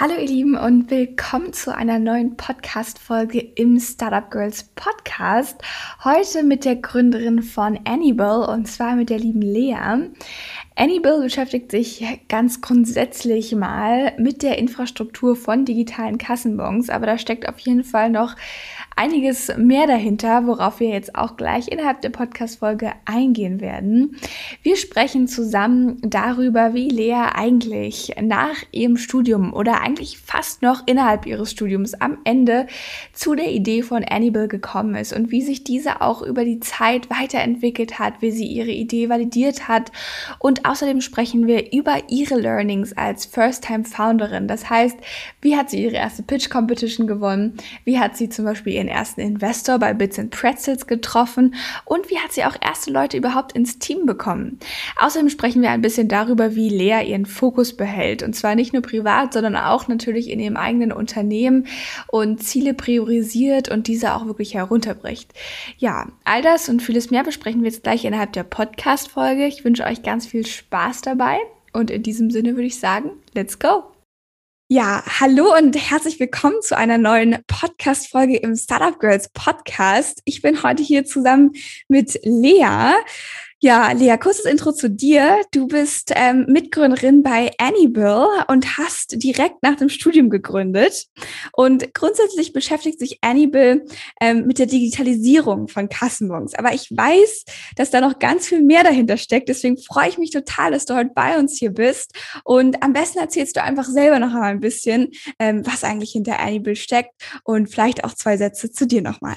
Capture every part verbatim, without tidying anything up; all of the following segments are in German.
Hallo ihr Lieben und willkommen zu einer neuen Podcast-Folge im Startup Girls Podcast. Heute mit der Gründerin von Anybill und zwar mit der lieben Lea. Anybill beschäftigt sich ganz grundsätzlich mal mit der Infrastruktur von digitalen Kassenbons, aber da steckt auf jeden Fall noch einiges mehr dahinter, worauf wir jetzt auch gleich innerhalb der Podcast-Folge eingehen werden. Wir sprechen zusammen darüber, wie Lea eigentlich nach ihrem Studium oder eigentlich fast noch innerhalb ihres Studiums am Ende zu der Idee von Anybill gekommen ist und wie sich diese auch über die Zeit weiterentwickelt hat, wie sie ihre Idee validiert hat. Und außerdem sprechen wir über ihre Learnings als First-Time-Founderin. Das heißt, wie hat sie ihre erste Pitch-Competition gewonnen? Wie hat sie zum Beispiel ihren ersten Investor bei Bits and Pretzels getroffen? Und wie hat sie auch erste Leute überhaupt ins Team bekommen? Außerdem sprechen wir ein bisschen darüber, wie Lea ihren Fokus behält. Und zwar nicht nur privat, sondern auch natürlich in ihrem eigenen Unternehmen und Ziele priorisiert und diese auch wirklich herunterbricht. Ja, all das und vieles mehr besprechen wir jetzt gleich innerhalb der Podcast-Folge. Ich wünsche euch ganz viel Spaß dabei und in diesem Sinne würde ich sagen, let's go! Ja, hallo und herzlich willkommen zu einer neuen Podcast-Folge im Startup Girls Podcast. Ich bin heute hier zusammen mit Lea. Ja, Lea, kurzes Intro zu dir. Du bist ähm, Mitgründerin bei Anybill und hast direkt nach dem Studium gegründet. Und grundsätzlich beschäftigt sich Anybill ähm, mit der Digitalisierung von Kassenbons. Aber ich weiß, dass da noch ganz viel mehr dahinter steckt. Deswegen freue ich mich total, dass du heute bei uns hier bist. Und am besten erzählst du einfach selber noch einmal ein bisschen, ähm, was eigentlich hinter Anybill steckt und vielleicht auch zwei Sätze zu dir nochmal.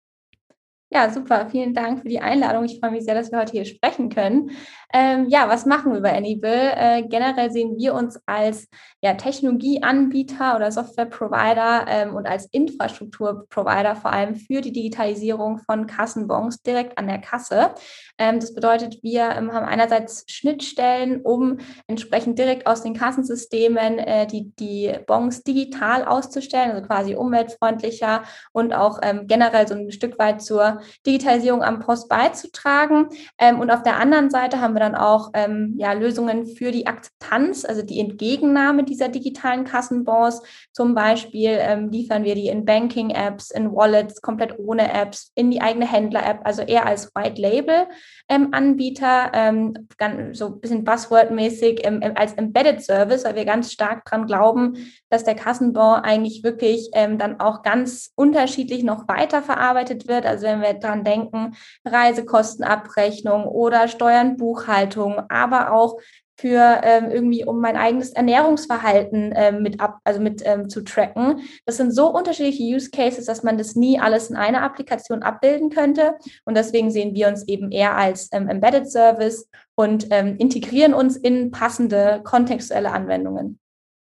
Ja, super. Vielen Dank für die Einladung. Ich freue mich sehr, dass wir heute hier sprechen können. Ähm, ja, was machen wir bei Anybill? Äh, generell sehen wir uns als ja, Technologieanbieter oder Software-Provider ähm, und als Infrastruktur-Provider vor allem für die Digitalisierung von Kassenbons direkt an der Kasse. Ähm, das bedeutet, wir ähm, haben einerseits Schnittstellen, um entsprechend direkt aus den Kassensystemen äh, die, die Bons digital auszustellen, also quasi umweltfreundlicher und auch ähm, generell so ein Stück weit zur Digitalisierung am Post beizutragen. Ähm, und auf der anderen Seite haben wir dann auch ähm, ja, Lösungen für die Akzeptanz, also die Entgegennahme dieser digitalen Kassenbons. Zum Beispiel ähm, liefern wir die in Banking-Apps, in Wallets, komplett ohne Apps, in die eigene Händler-App, also eher als White-Label-Anbieter, ähm, ähm, so ein bisschen Buzzword-mäßig ähm, als Embedded Service, weil wir ganz stark daran glauben, dass der Kassenbon eigentlich wirklich ähm, dann auch ganz unterschiedlich noch weiterverarbeitet wird. Also wenn wir dran denken, Reisekostenabrechnung oder Steuern, Buchhaltung, aber auch für ähm, irgendwie, um mein eigenes Ernährungsverhalten ähm, mit ab, also mit ähm, zu tracken. Das sind so unterschiedliche Use Cases, dass man das nie alles in einer Applikation abbilden könnte. Und deswegen sehen wir uns eben eher als ähm, Embedded Service und ähm, integrieren uns in passende kontextuelle Anwendungen.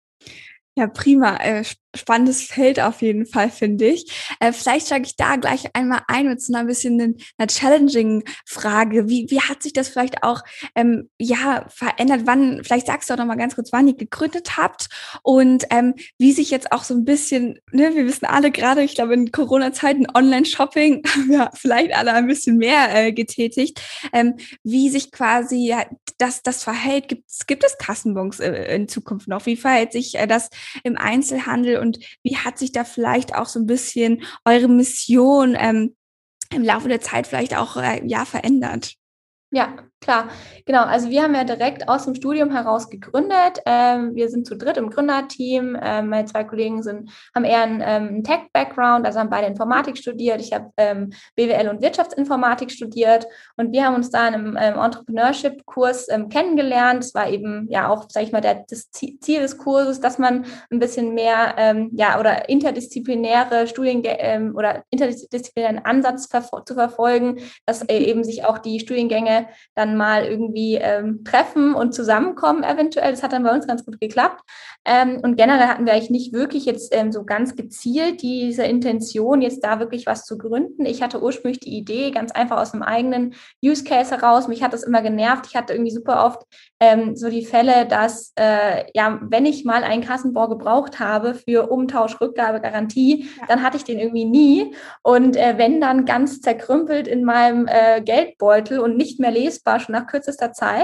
Ja, prima. Äh, spannendes Feld auf jeden Fall, finde ich. Äh, vielleicht steige ich da gleich einmal ein mit so einer bisschen einer, einer challenging Frage. Wie, wie hat sich das vielleicht auch ähm, ja verändert? Wann, vielleicht sagst du auch noch mal ganz kurz, wann ihr gegründet habt und ähm, wie sich jetzt auch so ein bisschen, ne, wir wissen alle gerade, ich glaube in Corona-Zeiten Online-Shopping, ja, vielleicht alle ein bisschen mehr äh, getätigt, ähm, wie sich quasi ja, das, das verhält. Gibt, gibt es Kassenbons äh, in Zukunft noch? Wie verhält sich äh, das im Einzelhandel und wie hat sich da vielleicht auch so ein bisschen eure Mission ähm, im Laufe der Zeit vielleicht auch äh, ja verändert? Ja, klar. Genau. Also wir haben ja direkt aus dem Studium heraus gegründet. Ähm, wir sind zu dritt im Gründerteam. Ähm, meine zwei Kollegen sind, haben eher einen, ähm, einen Tech-Background, also haben beide Informatik studiert. Ich habe ähm, B W L und Wirtschaftsinformatik studiert und wir haben uns da in einem ähm, Entrepreneurship-Kurs ähm, kennengelernt. Es war eben ja auch, sage ich mal, der, das Ziel des Kurses, dass man ein bisschen mehr ähm, ja oder interdisziplinäre Studiengänge ähm, oder interdisziplinären Ansatz verfo- zu verfolgen, dass äh, eben sich auch die Studiengänge dann mal irgendwie ähm, treffen und zusammenkommen eventuell. Das hat dann bei uns ganz gut geklappt. Ähm, und generell hatten wir eigentlich nicht wirklich jetzt ähm, so ganz gezielt diese Intention, jetzt da wirklich was zu gründen. Ich hatte ursprünglich die Idee, ganz einfach aus einem eigenen Use Case heraus. Mich hat das immer genervt. Ich hatte irgendwie super oft ähm, so die Fälle, dass, äh, ja, wenn ich mal einen Kassenbon gebraucht habe für Umtausch, Rückgabe, Garantie, ja, dann hatte ich den irgendwie nie. Und äh, wenn dann ganz zerkrümpelt in meinem äh, Geldbeutel und nicht mehr lesbar, schon nach kürzester Zeit.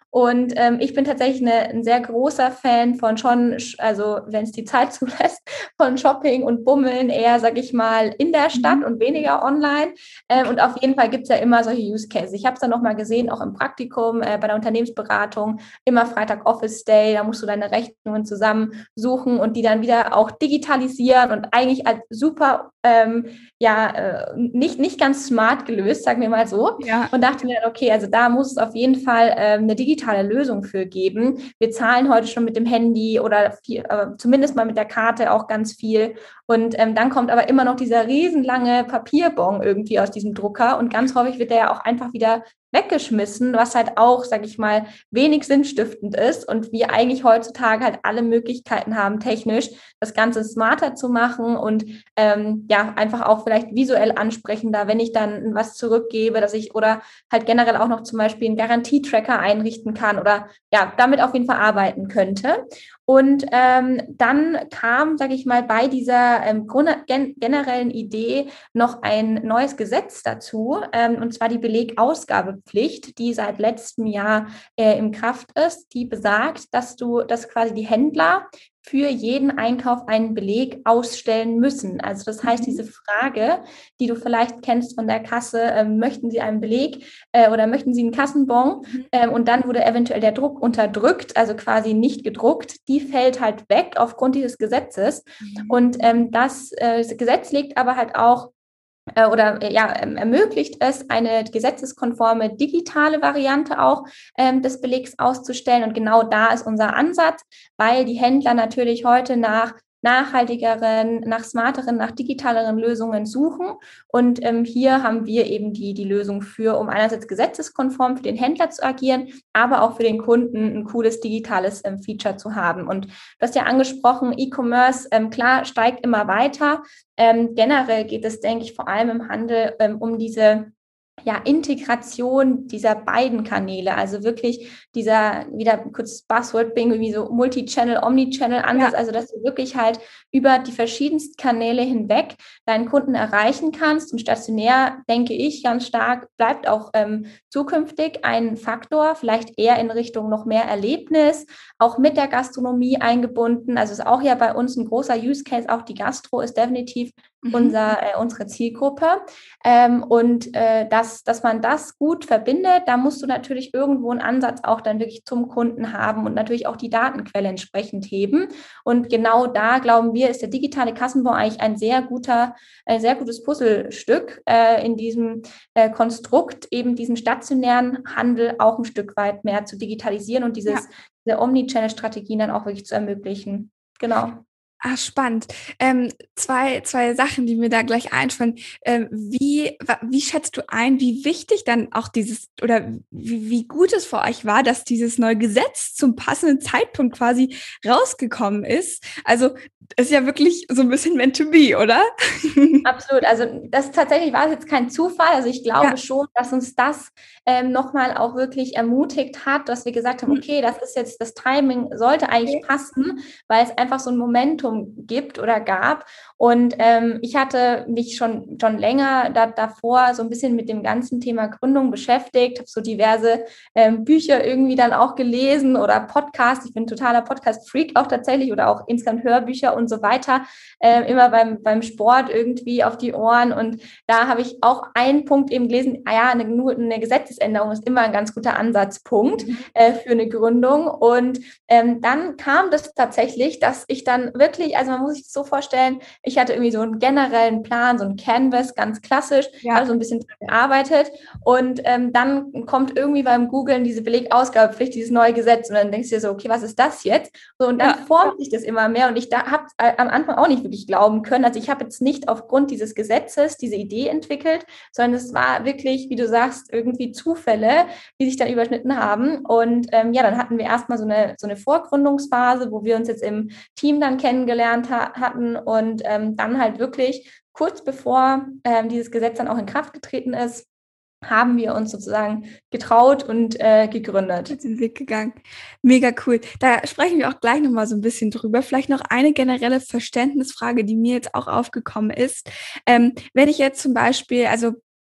Und ähm, ich bin tatsächlich eine, ein sehr großer Fan von schon, also wenn es die Zeit zulässt, von Shopping und Bummeln eher, sag ich mal, in der Stadt Mhm. und weniger online. Ähm, und auf jeden Fall gibt es ja immer solche Use Cases. Ich habe es dann nochmal gesehen, auch im Praktikum, äh, bei der Unternehmensberatung, immer Freitag Office Day, da musst du deine Rechnungen zusammensuchen und die dann wieder auch digitalisieren und eigentlich als super, ähm, ja, äh, nicht, nicht ganz smart gelöst, sagen wir mal so. Ja. Und dachte mir dann, okay, also da muss es auf jeden Fall ähm, eine digitale Lösung für geben. Wir zahlen heute schon mit dem Handy oder viel, äh, zumindest mal mit der Karte auch ganz viel. Und ähm, dann kommt aber immer noch dieser riesenlange Papierbon irgendwie aus diesem Drucker und ganz häufig wird der ja auch einfach wieder weggeschmissen, was halt auch, sag ich mal, wenig sinnstiftend ist und wir eigentlich heutzutage halt alle Möglichkeiten haben, technisch das Ganze smarter zu machen und ähm, ja, einfach auch vielleicht visuell ansprechender, wenn ich dann was zurückgebe, dass ich oder halt generell auch noch zum Beispiel einen Garantietracker einrichten kann oder ja, damit auf jeden Fall arbeiten könnte. Und ähm, dann kam, sage ich mal, bei dieser ähm, gen generellen Idee noch ein neues Gesetz dazu, ähm, und zwar die Belegausgabepflicht, die seit letztem Jahr äh, in Kraft ist, die besagt, dass du, dass quasi die Händler für jeden Einkauf einen Beleg ausstellen müssen. Also das heißt, diese Frage, die du vielleicht kennst von der Kasse, äh, möchten Sie einen Beleg äh, oder möchten Sie einen Kassenbon? Mhm. Ähm, und dann wurde eventuell der Druck unterdrückt, also quasi nicht gedruckt. Die fällt halt weg aufgrund dieses Gesetzes. Mhm. Und ähm, das, äh, das Gesetz legt aber halt auch äh, oder äh, ja, ähm, ermöglicht es, eine gesetzeskonforme digitale Variante auch ähm, des Belegs auszustellen. Und genau da ist unser Ansatz, weil die Händler natürlich heute nach nachhaltigeren, nach smarteren, nach digitaleren Lösungen suchen. Und ähm, hier haben wir eben die, die Lösung für, um einerseits gesetzeskonform für den Händler zu agieren, aber auch für den Kunden ein cooles digitales ähm, Feature zu haben. Und du hast ja angesprochen, E-Commerce, ähm, klar, steigt immer weiter. Ähm, generell geht es, denke ich, vor allem im Handel ähm, um diese ja, Integration dieser beiden Kanäle, also wirklich dieser, wieder kurz Buzzword Bingo, irgendwie so Multi-Channel, Omni-Channel-Ansatz, ja. Also dass du wirklich halt über die verschiedensten Kanäle hinweg deinen Kunden erreichen kannst. Und stationär, denke ich, ganz stark bleibt auch ähm, zukünftig ein Faktor, vielleicht eher in Richtung noch mehr Erlebnis, auch mit der Gastronomie eingebunden. Also ist auch ja bei uns ein großer Use Case, auch die Gastro ist definitiv mhm. unser, äh, unsere Zielgruppe. Ähm, und äh, dass, dass man das gut verbindet, da musst du natürlich irgendwo einen Ansatz auch dann wirklich zum Kunden haben und natürlich auch die Datenquelle entsprechend heben. Und genau da, glauben wir, ist der digitale Kassenbon eigentlich ein sehr guter, ein sehr gutes Puzzlestück äh, in diesem äh, Konstrukt, eben diesen stationären Handel auch ein Stück weit mehr zu digitalisieren und dieses, ja. diese Omnichannel-Strategien dann auch wirklich zu ermöglichen. Genau. Ah, spannend. Ähm, zwei, zwei Sachen, die mir da gleich einfallen. Ähm, wie, wie schätzt du ein, wie wichtig dann auch dieses oder wie, wie gut es für euch war, dass dieses neue Gesetz zum passenden Zeitpunkt quasi rausgekommen ist? Also, ist ja wirklich so ein bisschen meant to be, oder? Absolut. Also, das tatsächlich war jetzt kein Zufall. Also, ich glaube ja. schon, dass uns das ähm, nochmal auch wirklich ermutigt hat, dass wir gesagt haben, okay, das ist jetzt, das Timing sollte eigentlich okay. passen, weil es einfach so ein Momentum gibt oder gab. Und ähm, ich hatte mich schon, schon länger da, davor so ein bisschen mit dem ganzen Thema Gründung beschäftigt, habe so diverse ähm, Bücher irgendwie dann auch gelesen oder Podcasts. Ich bin totaler Podcast-Freak auch tatsächlich oder auch insgesamt Hörbücher und so weiter. Äh, immer beim, beim Sport irgendwie auf die Ohren. Und da habe ich auch einen Punkt eben gelesen, ah ja, eine, nur eine Gesetzesänderung ist immer ein ganz guter Ansatzpunkt mhm. äh, für eine Gründung. Und ähm, dann kam das tatsächlich, dass ich dann wirklich, also man muss sich das so vorstellen, ich hatte irgendwie so einen generellen Plan, so ein Canvas, ganz klassisch, ja. habe so ein bisschen gearbeitet und ähm, dann kommt irgendwie beim Googlen diese Belegausgabepflicht, dieses neue Gesetz und dann denkst du dir so, okay, was ist das jetzt? So, und dann ja. formt sich das immer mehr und ich da habe äh, am Anfang auch nicht wirklich glauben können. Also ich habe jetzt nicht aufgrund dieses Gesetzes diese Idee entwickelt, sondern es war wirklich, wie du sagst, irgendwie Zufälle, die sich dann überschnitten haben. Und ähm, ja, dann hatten wir erstmal so eine, so eine Vorgründungsphase, wo wir uns jetzt im Team dann kennengelernt ha- hatten und ähm, dann halt wirklich kurz bevor ähm, dieses Gesetz dann auch in Kraft getreten ist, haben wir uns sozusagen getraut und äh, gegründet. Mit den Weg gegangen. Mega cool. Da sprechen wir auch gleich nochmal so ein bisschen drüber. Vielleicht noch eine generelle Verständnisfrage, die mir jetzt auch aufgekommen ist. Ähm, wenn ich jetzt zum Beispiel, also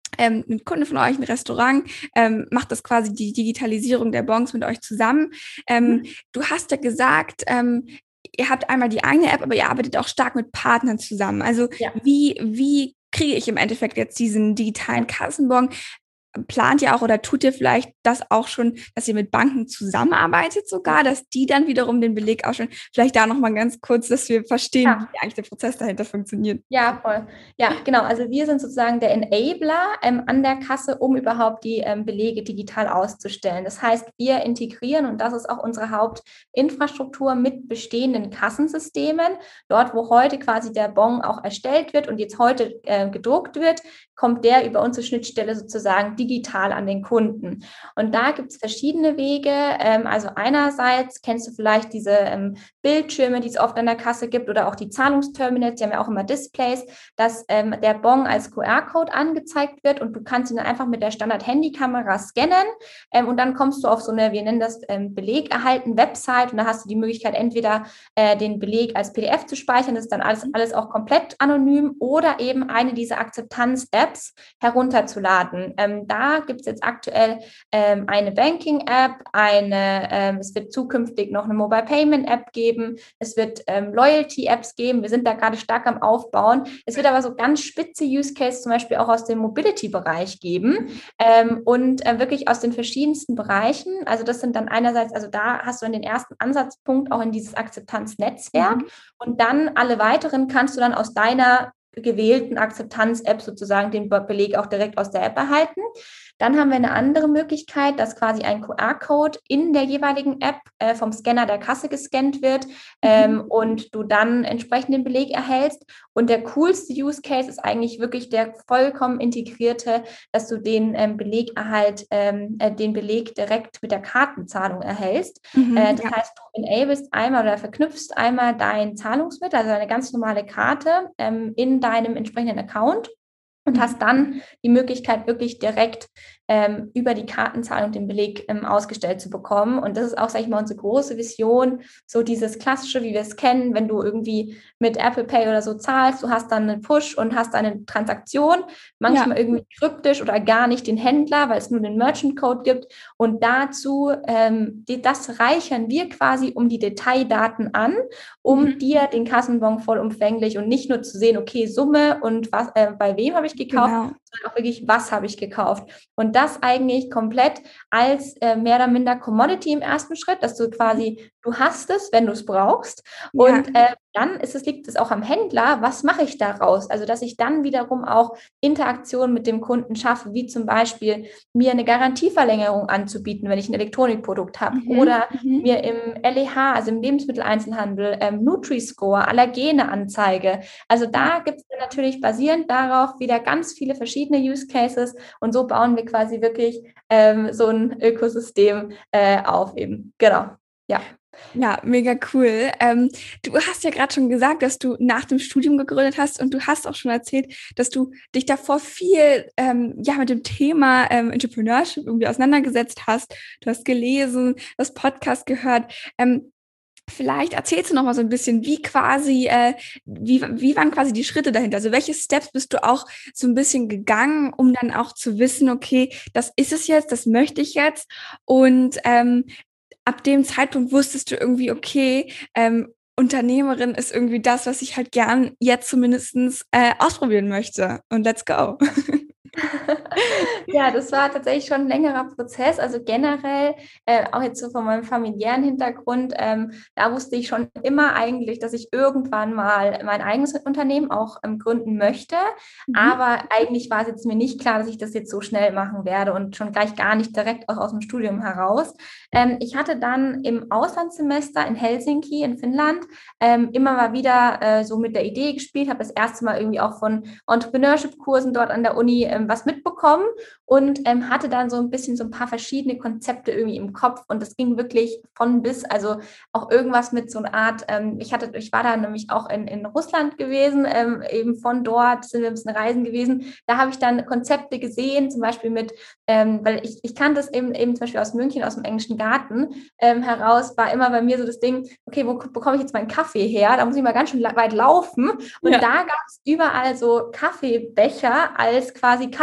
ähm, ein Kunde von euch, ein Restaurant, ähm, macht das quasi die Digitalisierung der Bons mit euch zusammen. Ähm, Mhm. du hast ja gesagt, ähm, ihr habt einmal die eigene App, aber ihr arbeitet auch stark mit Partnern zusammen. Also Ja. wie, wie kriege ich im Endeffekt jetzt diesen digitalen Ja. Kassenbon? Plant ihr auch oder tut ihr vielleicht das auch schon, dass ihr mit Banken zusammenarbeitet sogar, dass die dann wiederum den Beleg ausstellen? Vielleicht da nochmal ganz kurz, dass wir verstehen, Ja. wie eigentlich der Prozess dahinter funktioniert. Ja, voll. Ja, genau. Also wir sind sozusagen der Enabler ähm, an der Kasse, um überhaupt die ähm, Belege digital auszustellen. Das heißt, wir integrieren, und das ist auch unsere Hauptinfrastruktur, mit bestehenden Kassensystemen. Dort, wo heute quasi der Bon auch erstellt wird und jetzt heute äh, gedruckt wird, kommt der über unsere Schnittstelle sozusagen digital an den Kunden. Und da gibt es verschiedene Wege. Ähm, also einerseits kennst du vielleicht diese ähm, Bildschirme, die es oft an der Kasse gibt, oder auch die Zahlungsterminals, die haben ja auch immer Displays, dass ähm, der Bon als Q R-Code angezeigt wird und du kannst ihn dann einfach mit der Standard-Handykamera scannen ähm, und dann kommst du auf so eine, wir nennen das ähm, Beleg erhalten, Website, und da hast du die Möglichkeit, entweder äh, den Beleg als P D F zu speichern, das ist dann alles, alles auch komplett anonym, oder eben eine dieser Akzeptanz-Apps herunterzuladen. Ähm, da gibt es jetzt aktuell ähm, eine Banking-App, eine, ähm, es wird zukünftig noch eine Mobile-Payment-App geben, es wird ähm, Loyalty-Apps geben, wir sind da gerade stark am Aufbauen. Es wird aber so ganz spitze Use-Cases zum Beispiel auch aus dem Mobility-Bereich geben ähm, und äh, wirklich aus den verschiedensten Bereichen. Also das sind dann einerseits, also da hast du dann den ersten Ansatzpunkt auch in dieses Akzeptanznetzwerk, Mhm. und dann alle weiteren kannst du dann aus deiner gewählten Akzeptanz-App sozusagen den Beleg auch direkt aus der App erhalten. Dann haben wir eine andere Möglichkeit, dass quasi ein Q R-Code in der jeweiligen App äh, vom Scanner der Kasse gescannt wird ähm, Mhm. und du dann entsprechend den Beleg erhältst. Und der coolste Use Case ist eigentlich wirklich der vollkommen integrierte, dass du den ähm, Belegerhalt, ähm, äh, den Beleg direkt mit der Kartenzahlung erhältst. Äh, Mhm. das Ja. heißt, du enablest einmal oder verknüpfst einmal dein Zahlungsmittel, also eine ganz normale Karte ähm, in deinem entsprechenden Account, und Mhm. hast dann die Möglichkeit, wirklich direkt ähm, über die Kartenzahlung den Beleg ähm, ausgestellt zu bekommen. Und das ist auch, sage ich mal, unsere große Vision, so dieses Klassische, wie wir es kennen, wenn du irgendwie mit Apple Pay oder so zahlst, du hast dann einen Push und hast eine Transaktion, Ja. manchmal irgendwie kryptisch oder gar nicht den Händler, weil es nur den Merchant Code gibt. Und dazu, ähm, die, das reichern wir quasi um die Detaildaten an, um Mhm. dir den Kassenbon vollumfänglich und nicht nur zu sehen, okay, Summe und was, äh, bei wem habe ich gekauft, Genau. sondern auch wirklich, was habe ich gekauft. Und das eigentlich komplett als äh, mehr oder minder Commodity im ersten Schritt, dass du Mhm. quasi, du hast es, wenn du es brauchst. Ja. Und äh, dann ist es, liegt es auch am Händler, was mache ich daraus? Also, dass ich dann wiederum auch Interaktion mit dem Kunden schaffe, wie zum Beispiel mir eine Garantieverlängerung anzubieten, wenn ich ein Elektronikprodukt habe, Mhm. oder Mhm. mir im L E H, also im Lebensmitteleinzelhandel, ähm, Nutri-Score, Allergene anzeige. Also Ja. da gibt es natürlich basierend darauf wieder ganz viele verschiedene Use Cases, und so bauen wir quasi wirklich ähm, so ein Ökosystem äh, auf eben. Genau. Ja. Ja, mega cool. Ähm, du hast ja gerade schon gesagt, dass du nach dem Studium gegründet hast, und du hast auch schon erzählt, dass du dich davor viel ähm, ja mit dem Thema ähm, Entrepreneurship irgendwie auseinandergesetzt hast. Du hast gelesen, das Podcast gehört. Ähm, vielleicht erzählst du noch mal so ein bisschen, wie quasi, äh, wie, wie waren quasi die Schritte dahinter? Also welche Steps bist du auch so ein bisschen gegangen, um dann auch zu wissen, okay, das ist es jetzt, das möchte ich jetzt, und ähm, ab dem Zeitpunkt wusstest du irgendwie, okay, ähm, Unternehmerin ist irgendwie das, was ich halt gern jetzt zumindestens äh, ausprobieren möchte. Und let's go. Ja, das war tatsächlich schon ein längerer Prozess. Also generell, äh, auch jetzt so von meinem familiären Hintergrund, ähm, da wusste ich schon immer eigentlich, dass ich irgendwann mal mein eigenes Unternehmen auch ähm, gründen möchte. Mhm. Aber eigentlich war es jetzt mir nicht klar, dass ich das jetzt so schnell machen werde, und schon gleich gar nicht direkt auch aus dem Studium heraus. Ähm, ich hatte dann im Auslandssemester in Helsinki in Finnland ähm, immer mal wieder äh, so mit der Idee gespielt, habe das erste Mal irgendwie auch von Entrepreneurship-Kursen dort an der Uni ähm, was mitbekommen, und ähm, hatte dann so ein bisschen so ein paar verschiedene Konzepte irgendwie im Kopf, und das ging wirklich von bis, also auch irgendwas mit so einer Art, ähm, ich hatte, ich war da nämlich auch in, in Russland gewesen, ähm, eben von dort sind wir ein bisschen reisen gewesen, da habe ich dann Konzepte gesehen, zum Beispiel mit, ähm, weil ich, ich kannte es eben, eben zum Beispiel aus München, aus dem englischen Garten ähm, heraus, war immer bei mir so das Ding, okay, wo bekomme ich jetzt meinen Kaffee her? Da muss ich mal ganz schön weit laufen, und Ja. da gab es überall so Kaffeebecher als quasi Kaffeebox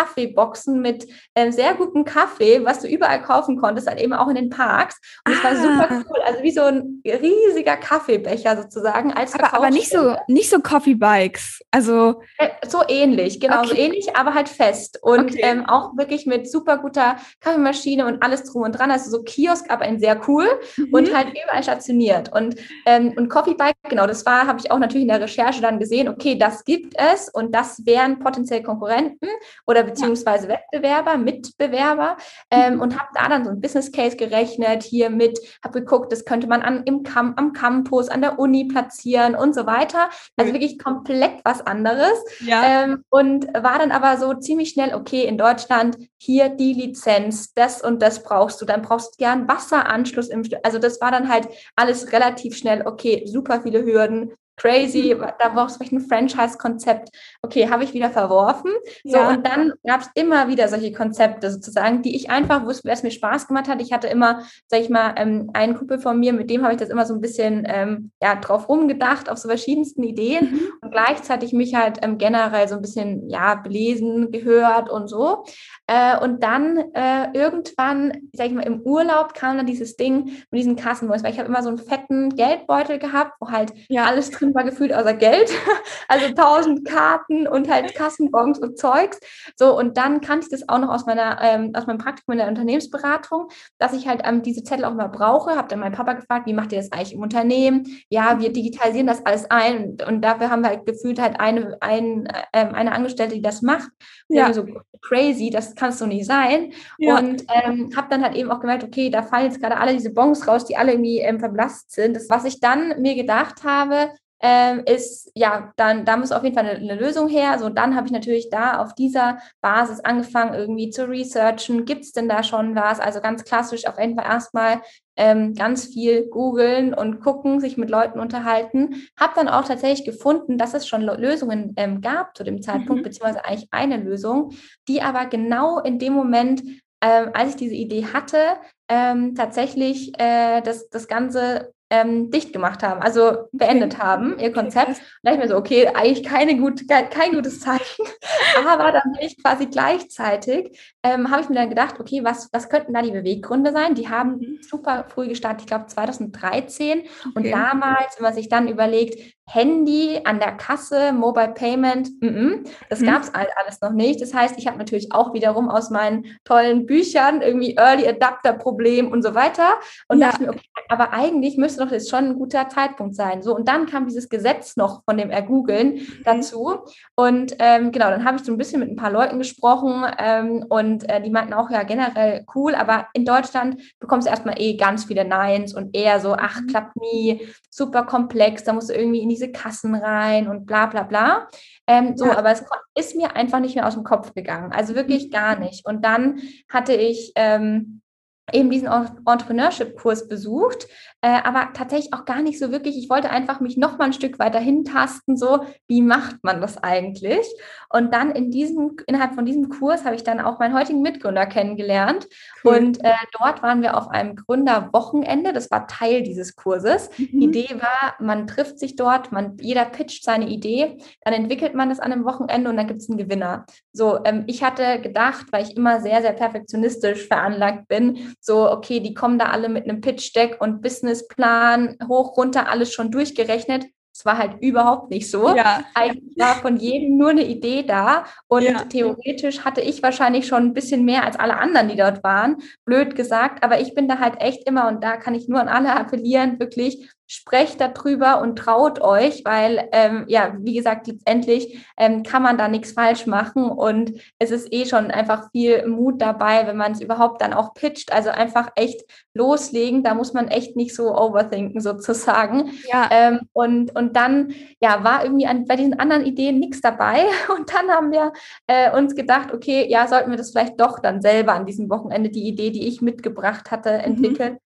Boxen mit äh, sehr gutem Kaffee, was du überall kaufen konntest, halt eben auch in den Parks. Und es ah. war super cool, also wie so ein riesiger Kaffeebecher sozusagen als aber, aber nicht so nicht so Coffee Bikes, also äh, so ähnlich, genau, okay. so ähnlich, aber halt fest und okay. ähm, auch wirklich mit super guter Kaffeemaschine und alles drum und dran, also so Kiosk, aber in sehr cool mhm. und halt überall stationiert und, ähm, und Coffee Bike, genau, das war, habe ich auch natürlich in der Recherche dann gesehen, okay, das gibt es und das wären potenziell Konkurrenten oder beziehungsweise ja. Wettbewerber, Mitbewerber ähm, mhm. und habe da dann so ein Business Case gerechnet, hier mit, habe geguckt, das könnte man an, im Cam- am Campus, an der Uni platzieren und so weiter, also mhm. wirklich komplett was anderes ja. ähm, und war dann aber so ziemlich schnell, okay, in Deutschland hier die Lizenz, das und das brauchst du, dann brauchst du gern Wasseranschluss im, also das war dann halt alles relativ schnell, okay, super viele Hürden, crazy, da brauchst du vielleicht ein Franchise-Konzept. Okay, habe ich wieder verworfen. So, ja. Und dann gab es immer wieder solche Konzepte sozusagen, die ich einfach wusste, was mir Spaß gemacht hat. Ich hatte immer, sag ich mal, ähm, einen Kumpel von mir, mit dem habe ich das immer so ein bisschen ähm, ja, drauf rumgedacht, auf so verschiedensten Ideen mhm. und gleichzeitig mich halt ähm, generell so ein bisschen ja, belesen, gehört und so. Äh, und dann äh, irgendwann, sag ich mal, im Urlaub kam dann dieses Ding mit diesen Kassenbons, weil ich habe immer so einen fetten Geldbeutel gehabt, wo halt ja. alles drin war gefühlt außer Geld, also tausend Karten und halt Kassenbons und Zeugs. So, und dann kannte ich das auch noch aus meiner, ähm, aus meinem Praktikum in der Unternehmensberatung, dass ich halt ähm, diese Zettel auch mal brauche. Habe dann meinen Papa gefragt, wie macht ihr das eigentlich im Unternehmen? Ja, wir digitalisieren das alles ein und, und dafür haben wir halt gefühlt halt eine, ein, ähm, eine Angestellte, die das macht. Und ja. so crazy, das kann es so nicht sein. Ja. Und ähm, habe dann halt eben auch gemerkt, okay, da fallen jetzt gerade alle diese Bons raus, die alle irgendwie ähm, verblasst sind. Das, was ich dann mir gedacht habe, Ähm, ist, ja, dann, da muss auf jeden Fall eine, eine Lösung her. So, dann habe ich natürlich da auf dieser Basis angefangen, irgendwie zu researchen. Gibt es denn da schon was? Also ganz klassisch auf jeden Fall erstmal ähm, ganz viel googeln und gucken, sich mit Leuten unterhalten. Habe dann auch tatsächlich gefunden, dass es schon Lösungen ähm, gab zu dem Zeitpunkt, mhm. beziehungsweise eigentlich eine Lösung, die aber genau in dem Moment, ähm, als ich diese Idee hatte, ähm, tatsächlich äh, das, das Ganze Ähm, dicht gemacht haben, also beendet okay. haben, ihr Konzept. Und da dachte ich mir so, okay, eigentlich keine gut, kein gutes Zeichen. Aber dann bin ich quasi gleichzeitig, ähm, habe ich mir dann gedacht, okay, was, was könnten da die Beweggründe sein? Die haben mhm. super früh gestartet, ich glaube zwanzig dreizehn. Okay. Und damals, wenn man sich dann überlegt, Handy an der Kasse, Mobile Payment, m-m, das mhm. gab es halt alles noch nicht. Das heißt, ich habe natürlich auch wiederum aus meinen tollen Büchern irgendwie Early Adapter Problem und so weiter und ja. dachte mir, okay, aber eigentlich müsste doch jetzt schon ein guter Zeitpunkt sein. So, und dann kam dieses Gesetz noch von dem Ergoogeln mhm. dazu. Und ähm, genau, dann habe ich so ein bisschen mit ein paar Leuten gesprochen ähm, und äh, die meinten auch, ja, generell cool, aber in Deutschland bekommst du erstmal eh ganz viele Neins und eher so, ach, mhm. klappt nie, super komplex, da musst du irgendwie in diese Kassen rein und bla bla bla. Ähm, so, ja. aber es ist mir einfach nicht mehr aus dem Kopf gegangen. Also wirklich mhm. gar nicht. Und dann hatte ich ähm, eben diesen Entrepreneurship-Kurs besucht, äh, aber tatsächlich auch gar nicht so wirklich. Ich wollte einfach mich noch mal ein Stück weiter hintasten, so, wie macht man das eigentlich? Und dann in diesem, innerhalb von diesem Kurs habe ich dann auch meinen heutigen Mitgründer kennengelernt. Cool. Und äh, dort waren wir auf einem Gründerwochenende. Das war Teil dieses Kurses. Mhm. Idee war, man trifft sich dort, man, jeder pitcht seine Idee, dann entwickelt man das an einem Wochenende und dann gibt es einen Gewinner. So, ähm, ich hatte gedacht, weil ich immer sehr, sehr perfektionistisch veranlagt bin, so, okay, die kommen da alle mit einem Pitch-Deck und Businessplan, hoch, runter, alles schon durchgerechnet. Es war halt überhaupt nicht so. Ja. Eigentlich war von jedem nur eine Idee da und ja. theoretisch hatte ich wahrscheinlich schon ein bisschen mehr als alle anderen, die dort waren. Blöd gesagt, aber ich bin da halt echt immer, und da kann ich nur an alle appellieren, wirklich, sprecht darüber und traut euch, weil, ähm, ja, wie gesagt, letztendlich ähm, kann man da nichts falsch machen und es ist eh schon einfach viel Mut dabei, wenn man es überhaupt dann auch pitcht, also einfach echt loslegen, da muss man echt nicht so overthinken sozusagen. Ja. Ähm, und, und dann, ja, war irgendwie an, bei diesen anderen Ideen nichts dabei und dann haben wir äh, uns gedacht, okay, ja, sollten wir das vielleicht doch dann selber an diesem Wochenende, die Idee, die ich mitgebracht hatte, entwickeln. Mhm.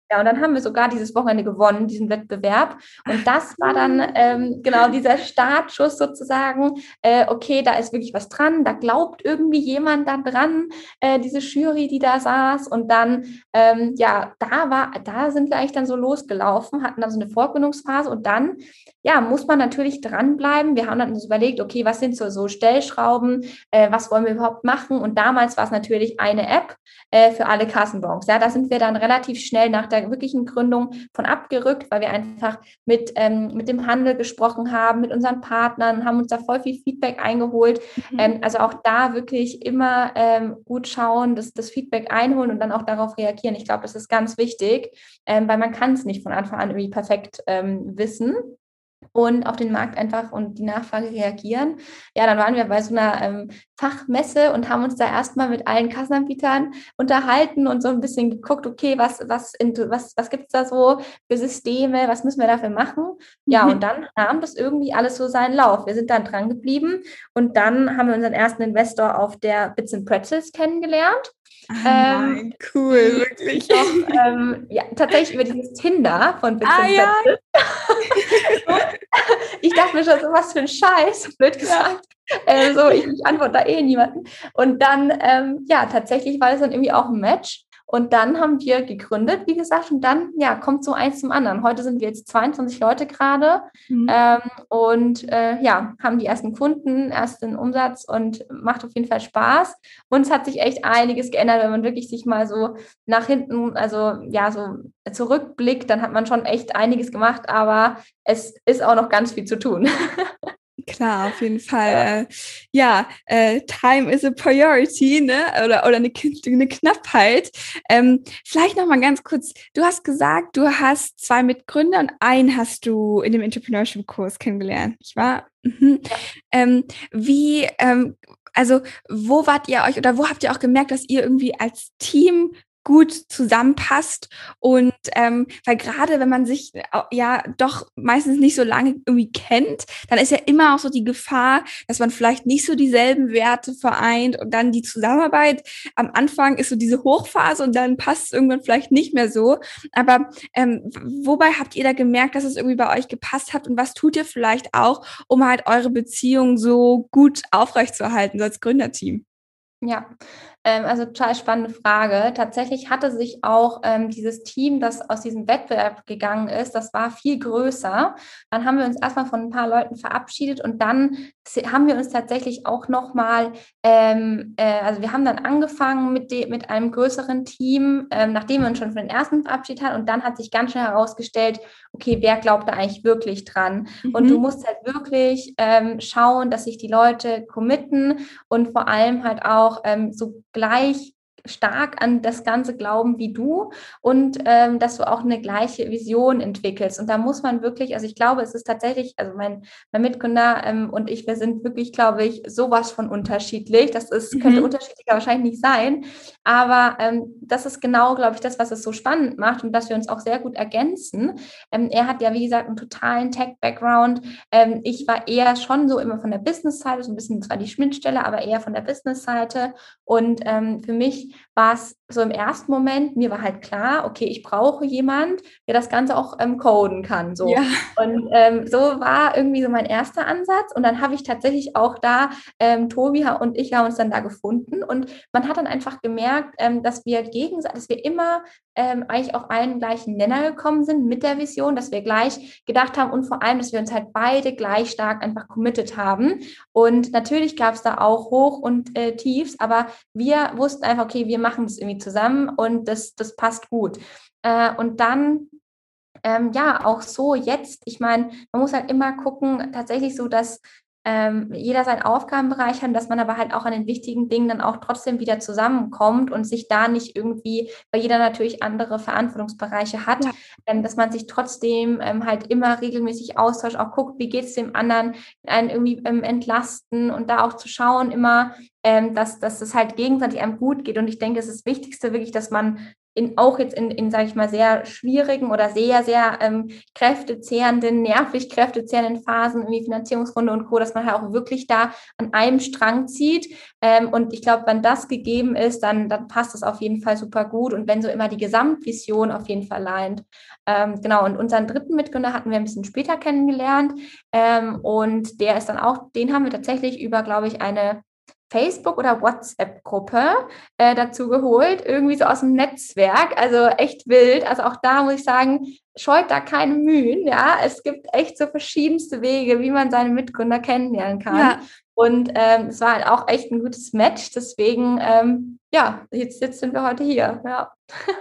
Ja, und dann haben wir sogar dieses Wochenende gewonnen, diesen Wettbewerb. Und das war dann ähm, genau dieser Startschuss sozusagen. Äh, okay, da ist wirklich was dran, da glaubt irgendwie jemand da dran, äh, diese Jury, die da saß. Und dann, ähm, ja, da war, da sind wir eigentlich dann so losgelaufen, hatten dann so eine Vorgründungsphase und dann, ja, muss man natürlich dranbleiben. Wir haben dann uns überlegt, okay, was sind so, so Stellschrauben, äh, was wollen wir überhaupt machen? Und damals war es natürlich eine App äh, für alle Kassenbons. Ja, da sind wir dann relativ schnell nach der wirklichen Gründung von abgerückt, weil wir einfach mit, ähm, mit dem Handel gesprochen haben, mit unseren Partnern, haben uns da voll viel Feedback eingeholt. Mhm. Ähm, also auch da wirklich immer ähm, gut schauen, dass das Feedback einholen und dann auch darauf reagieren. Ich glaube, das ist ganz wichtig, ähm, weil man kann es nicht von Anfang an irgendwie perfekt ähm, wissen. Und auf den Markt einfach und die Nachfrage reagieren. Ja, dann waren wir bei so einer ähm, Fachmesse und haben uns da erstmal mit allen Kassenanbietern unterhalten und so ein bisschen geguckt, okay, was, was, was, was gibt es da so für Systeme, was müssen wir dafür machen? Ja, Mhm. und dann nahm das irgendwie alles so seinen Lauf. Wir sind dann dran geblieben und dann haben wir unseren ersten Investor auf der Bits and Pretzels kennengelernt. Ah, Ähm, nein, cool, die wirklich. noch, ähm, ja, tatsächlich über dieses Tinder von Bits Ah and ja, Pretzels. Ich dachte mir schon, so was für ein Scheiß, blöd gesagt. ja. Äh, so, ich, ich antworte da eh niemanden. Und dann, ähm, ja, tatsächlich war das dann irgendwie auch ein Match. Und dann haben wir gegründet, wie gesagt, und dann, ja, kommt so eins zum anderen. Heute sind wir jetzt zweiundzwanzig Leute gerade Mhm. ähm, und äh, ja, haben die ersten Kunden, ersten Umsatz und macht auf jeden Fall Spaß. Und es hat sich echt einiges geändert, wenn man wirklich sich mal so nach hinten, also ja, so zurückblickt, dann hat man schon echt einiges gemacht, aber es ist auch noch ganz viel zu tun. Klar, auf jeden Fall. Ja. Äh, ja, äh, Time is a priority, ne? Oder, oder eine, eine Knappheit. Ähm, vielleicht noch mal ganz kurz. Du hast gesagt, du hast zwei Mitgründer und einen hast du in dem Entrepreneurship-Kurs kennengelernt, nicht wahr? Mhm. Ja. Ähm, wie, ähm, also, wo wart ihr euch oder wo habt ihr auch gemerkt, dass ihr irgendwie als Team gut zusammenpasst und ähm, weil gerade wenn man sich äh, ja doch meistens nicht so lange irgendwie kennt, dann ist ja immer auch so die Gefahr, dass man vielleicht nicht so dieselben Werte vereint und dann die Zusammenarbeit am Anfang ist so diese Hochphase und dann passt es irgendwann vielleicht nicht mehr so. Aber ähm, wobei habt ihr da gemerkt, dass es irgendwie bei euch gepasst hat und was tut ihr vielleicht auch, um halt eure Beziehung so gut aufrechtzuerhalten, so als Gründerteam? Ja, ähm, also total spannende Frage. Tatsächlich hatte sich auch ähm, dieses Team, das aus diesem Wettbewerb gegangen ist, das war viel größer. Dann haben wir uns erstmal von ein paar Leuten verabschiedet und dann haben wir uns tatsächlich auch nochmal, ähm, äh, also wir haben dann angefangen mit, de mit einem größeren Team, ähm, nachdem wir uns schon von den ersten verabschiedet haben und dann hat sich ganz schnell herausgestellt, okay, wer glaubt da eigentlich wirklich dran? Und du Mhm. musst halt wirklich ähm, schauen, dass sich die Leute committen und vor allem halt auch ähm, so gleich stark an das Ganze glauben wie du und ähm, dass du auch eine gleiche Vision entwickelst. Und da muss man wirklich, also ich glaube, es ist tatsächlich, also mein, mein Mitgründer ähm, und ich, wir sind wirklich, glaube ich, sowas von unterschiedlich. Das ist, könnte Mhm. unterschiedlicher wahrscheinlich nicht sein, aber ähm, das ist genau, glaube ich, das, was es so spannend macht und dass wir uns auch sehr gut ergänzen. Ähm, er hat ja, wie gesagt, einen totalen Tech-Background. Ähm, ich war eher schon so immer von der Business-Seite, so ein bisschen zwar die Schnittstelle, aber eher von der Business-Seite. Und ähm, für mich war es so im ersten Moment, mir war halt klar, okay, ich brauche jemand, der das Ganze auch ähm, coden kann. So. Ja. Und ähm, so war irgendwie so mein erster Ansatz. Und dann habe ich tatsächlich auch da, ähm, Tobi und ich haben uns dann da gefunden. Und man hat dann einfach gemerkt, ähm, dass wir gegenseitig, dass wir immer ähm, eigentlich auf einen gleichen Nenner gekommen sind mit der Vision, dass wir gleich gedacht haben und vor allem, dass wir uns halt beide gleich stark einfach committed haben. Und natürlich gab es da auch Hoch- und äh, Tiefs, aber wir wussten einfach, okay, wir machen das irgendwie zusammen und das, das passt gut. Äh, und dann ähm, ja, auch so jetzt, ich meine, man muss halt immer gucken, tatsächlich so, dass ähm, jeder seinen Aufgabenbereich hat, dass man aber halt auch an den wichtigen Dingen dann auch trotzdem wieder zusammenkommt und sich da nicht irgendwie, weil jeder natürlich andere Verantwortungsbereiche hat, Ja. ähm, dass man sich trotzdem ähm, halt immer regelmäßig austauscht, auch guckt, wie geht es dem anderen, einen irgendwie ähm, entlasten und da auch zu schauen immer, ähm, dass, dass es halt gegenseitig einem gut geht. Und ich denke, es ist das Wichtigste wirklich, dass man in, auch jetzt in, in sage ich mal, sehr schwierigen oder sehr, sehr ähm, kräftezehrenden, nervig kräftezehrenden Phasen, wie Finanzierungsrunde und Co., dass man halt auch wirklich da an einem Strang zieht. Ähm, und ich glaube, wenn das gegeben ist, dann, dann passt es auf jeden Fall super gut. Und wenn so immer die Gesamtvision auf jeden Fall leint. Ähm, genau, und unseren dritten Mitgründer hatten wir ein bisschen später kennengelernt. Ähm, und der ist dann auch, den haben wir tatsächlich über, glaube ich, eine Facebook- oder WhatsApp-Gruppe äh, dazu geholt, irgendwie so aus dem Netzwerk, also echt wild. Also auch da muss ich sagen, scheut da keine Mühen, ja. Es gibt echt so verschiedenste Wege, wie man seine Mitgründer kennenlernen kann. Ja. Und ähm, es war halt auch echt ein gutes Match. Deswegen, ähm, ja, jetzt, jetzt sind wir heute hier. Ja.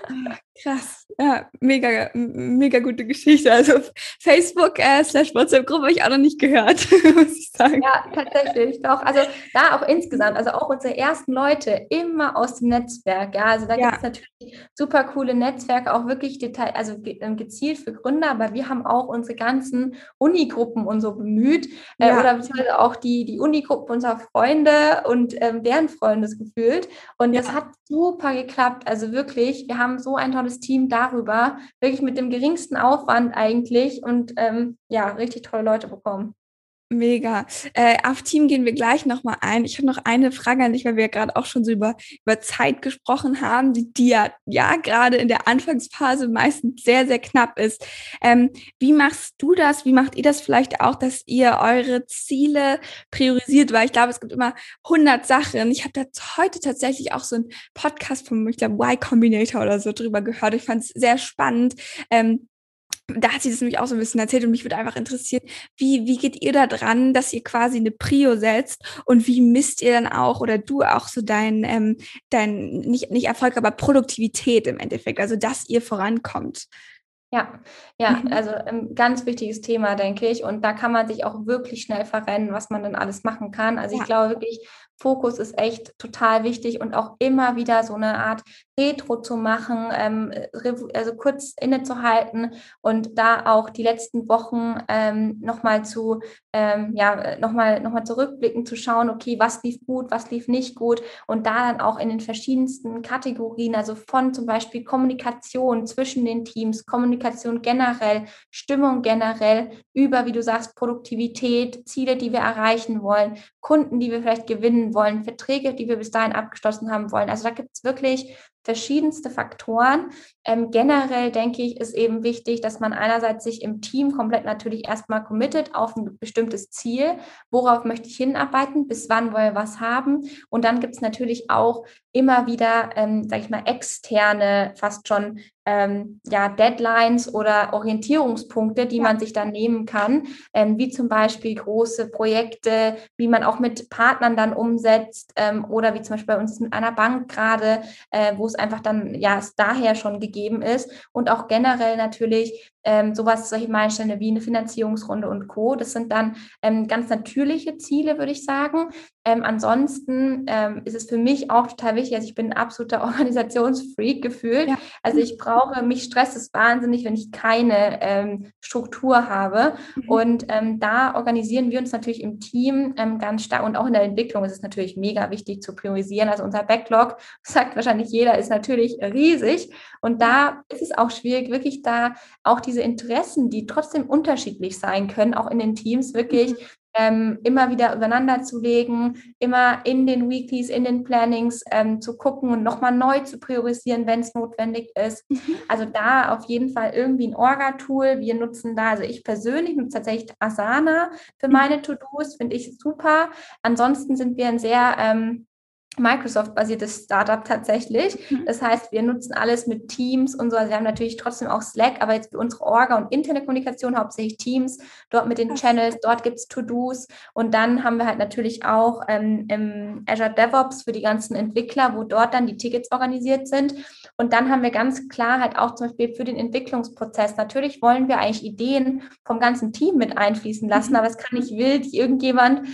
Krass, ja, mega, mega gute Geschichte. Also Facebook äh, slash WhatsApp-Gruppe habe ich auch noch nicht gehört, muss ich sagen. Ja, tatsächlich, doch. Also da auch insgesamt, also auch unsere ersten Leute immer aus dem Netzwerk. Ja, also da Ja. gibt es natürlich super coole Netzwerke, auch wirklich detail, also ge gezielt für Gründer, aber wir haben auch unsere ganzen Unigruppen und so bemüht äh, Ja. oder beziehungsweise auch die, die Unigruppen unserer Freunde und ähm, deren Freunde gefühlt. Und Ja. das hat super geklappt. Also wirklich, wir haben so ein tolles Team darüber, wirklich mit dem geringsten Aufwand eigentlich und ähm, ja, richtig tolle Leute bekommen. Mega. Äh, auf Team gehen wir gleich nochmal ein. Ich habe noch eine Frage an dich, weil wir ja gerade auch schon so über, über Zeit gesprochen haben, die, die ja, ja gerade in der Anfangsphase meistens sehr, sehr knapp ist. Ähm, wie machst du das? Wie macht ihr das vielleicht auch, dass ihr eure Ziele priorisiert? Weil ich glaube, es gibt immer hundert Sachen. Ich habe da heute tatsächlich auch so einen Podcast von, ich glaube, Y Combinator oder so drüber gehört. Ich fand es sehr spannend. Ähm, Da hat sie das nämlich auch so ein bisschen erzählt und mich würde einfach interessieren, wie, wie geht ihr da dran, dass ihr quasi eine Prio setzt und wie misst ihr dann auch oder du auch so dein, ähm, dein nicht, nicht Erfolg, aber Produktivität im Endeffekt, also dass ihr vorankommt. Ja, ja, Mhm. also ein ganz wichtiges Thema, denke ich. Und da kann man sich auch wirklich schnell verrennen, was man denn alles machen kann. Also ich Ja. glaube wirklich, Fokus ist echt total wichtig und auch immer wieder so eine Art Retro zu machen, ähm, also kurz innezuhalten und da auch die letzten Wochen ähm, nochmal zu, ähm, ja, nochmal noch mal zurückblicken, zu schauen, okay, was lief gut, was lief nicht gut und da dann auch in den verschiedensten Kategorien, also von zum Beispiel Kommunikation zwischen den Teams, Kommunikation generell, Stimmung generell, über, wie du sagst, Produktivität, Ziele, die wir erreichen wollen, Kunden, die wir vielleicht gewinnen wollen, Verträge, die wir bis dahin abgeschlossen haben wollen. Also da gibt es wirklich verschiedenste Faktoren. Ähm, generell denke ich, ist eben wichtig, dass man einerseits sich im Team komplett natürlich erstmal committet auf ein bestimmtes Ziel. Worauf möchte ich hinarbeiten? Bis wann wollen wir was haben? Und dann gibt es natürlich auch immer wieder, ähm, sage ich mal, externe, fast schon ähm, ja, Deadlines oder Orientierungspunkte, die Ja. man sich dann nehmen kann, ähm, wie zum Beispiel große Projekte, wie man auch mit Partnern dann umsetzt ähm, oder wie zum Beispiel bei uns mit einer Bank gerade, äh, wo es einfach dann ja es daher schon gegeben ist und auch generell natürlich ähm, sowas, solche Meilensteine wie eine Finanzierungsrunde und Co. Das sind dann ähm, ganz natürliche Ziele, würde ich sagen. Ähm, ansonsten ähm, ist es für mich auch total wichtig, also ich bin ein absoluter Organisationsfreak gefühlt. Ja. Also ich brauche, mich stresst es wahnsinnig, wenn ich keine ähm, Struktur habe. Mhm. Und ähm, da organisieren wir uns natürlich im Team ähm, ganz stark und auch in der Entwicklung ist es natürlich mega wichtig zu priorisieren. Also unser Backlog, sagt wahrscheinlich jeder, ist natürlich riesig. Und da ist es auch schwierig, wirklich da auch diese Interessen, die trotzdem unterschiedlich sein können, auch in den Teams, wirklich ähm, immer wieder übereinander zu legen, immer in den Weeklies, in den Plannings ähm, zu gucken und nochmal neu zu priorisieren, wenn es notwendig ist. Mhm. Also da auf jeden Fall irgendwie ein Orga-Tool. Wir nutzen da, also ich persönlich nutze tatsächlich Asana für meine To-Dos, finde ich super. Ansonsten sind wir ein sehr ähm, Microsoft-basiertes Startup tatsächlich. Mhm. Das heißt, wir nutzen alles mit Teams und so. Also wir haben natürlich trotzdem auch Slack, aber jetzt für unsere Orga und interne Kommunikation hauptsächlich Teams, dort mit den Krass. Channels, dort gibt es To-Dos. Und dann haben wir halt natürlich auch ähm, im Azure DevOps für die ganzen Entwickler, wo dort dann die Tickets organisiert sind. Und dann haben wir ganz klar halt auch zum Beispiel für den Entwicklungsprozess. Natürlich wollen wir eigentlich Ideen vom ganzen Team mit einfließen lassen, Mhm. aber es kann nicht wild irgendjemand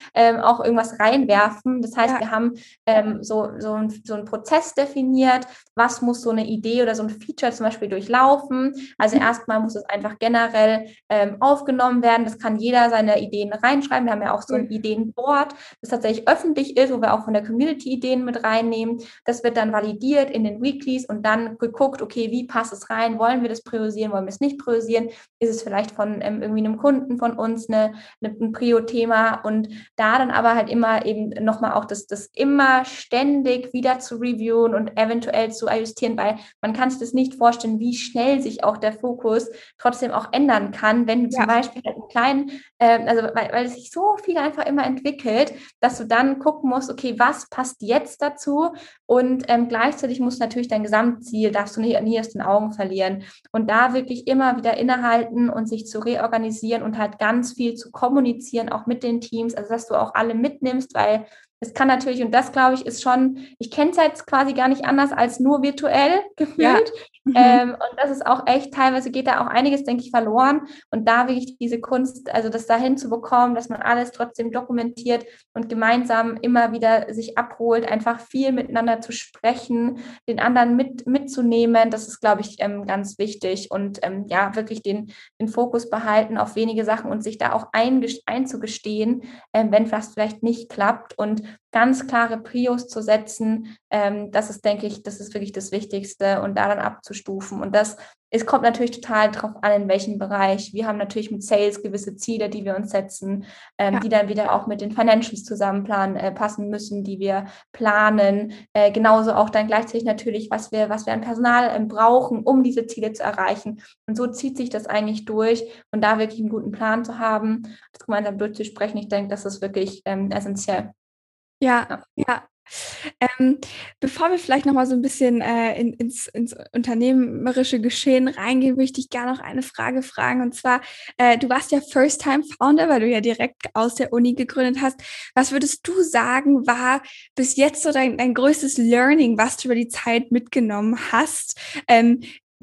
ähm, auch irgendwas reinwerfen. Das heißt, Ja. wir haben ähm, so, so, ein, so einen Prozess definiert, was muss so eine Idee oder so ein Feature zum Beispiel durchlaufen. Also erstmal muss es einfach generell ähm, aufgenommen werden. Das kann jeder seine Ideen reinschreiben. Wir haben ja auch so ein Ideenboard, das tatsächlich öffentlich ist, wo wir auch von der Community Ideen mit reinnehmen. Das wird dann validiert in den Weeklies und dann geguckt, okay, wie passt es rein? Wollen wir das priorisieren? Wollen wir es nicht priorisieren? Ist es vielleicht von ähm, irgendwie einem Kunden von uns eine, eine, ein Prio-Thema? Und da dann aber halt immer eben nochmal auch das, das immer ständig wieder zu reviewen und eventuell zu ajustieren, weil man kann sich das nicht vorstellen, wie schnell sich auch der Fokus trotzdem auch ändern kann, wenn du zum Ja. Beispiel halt einen kleinen, äh, also weil, weil es sich so viel einfach immer entwickelt, dass du dann gucken musst, okay, was passt jetzt dazu? Und ähm, gleichzeitig musst du natürlich dein Gesamtziel, darfst du nie, nie aus den Augen verlieren. Und da wirklich immer wieder innehalten und sich zu reorganisieren und halt ganz viel zu kommunizieren, auch mit den Teams, also dass du auch alle mitnimmst, weil es kann natürlich, und das glaube ich ist schon, ich kenne es jetzt quasi gar nicht anders als nur virtuell gefühlt. Ja. Mhm. Ähm, und das ist auch echt, teilweise geht da auch einiges, denke ich, verloren. Und da wirklich diese Kunst, also das dahin zu bekommen, dass man alles trotzdem dokumentiert und gemeinsam immer wieder sich abholt, einfach viel miteinander zu sprechen, den anderen mit, mitzunehmen, das ist, glaube ich, ähm, ganz wichtig. Und ähm, ja, wirklich den, den Fokus behalten auf wenige Sachen und sich da auch einzugestehen, ähm, wenn was vielleicht nicht klappt und ganz klare Prios zu setzen, ähm, das ist, denke ich, das ist wirklich das Wichtigste und daran abzustufen. Und das, es kommt natürlich total drauf an, in welchem Bereich. Wir haben natürlich mit Sales gewisse Ziele, die wir uns setzen, ähm, ja. die dann wieder auch mit den Financials zusammenplanen, äh, passen müssen, die wir planen. Äh, genauso auch dann gleichzeitig natürlich, was wir, was wir an Personal äh, brauchen, um diese Ziele zu erreichen. Und so zieht sich das eigentlich durch. Und da wirklich einen guten Plan zu haben, das gemeinsam durchzusprechen, ich denke, das ist wirklich ähm, essentiell. Ja, ja. ja. Ähm, bevor wir vielleicht noch mal so ein bisschen äh, in, ins, ins unternehmerische Geschehen reingehen, möchte ich gerne noch eine Frage fragen. Und zwar, äh, du warst ja First-Time-Founder, weil du ja direkt aus der Uni gegründet hast. Was würdest du sagen, war bis jetzt so dein, dein größtes Learning, was du über die Zeit mitgenommen hast, ähm,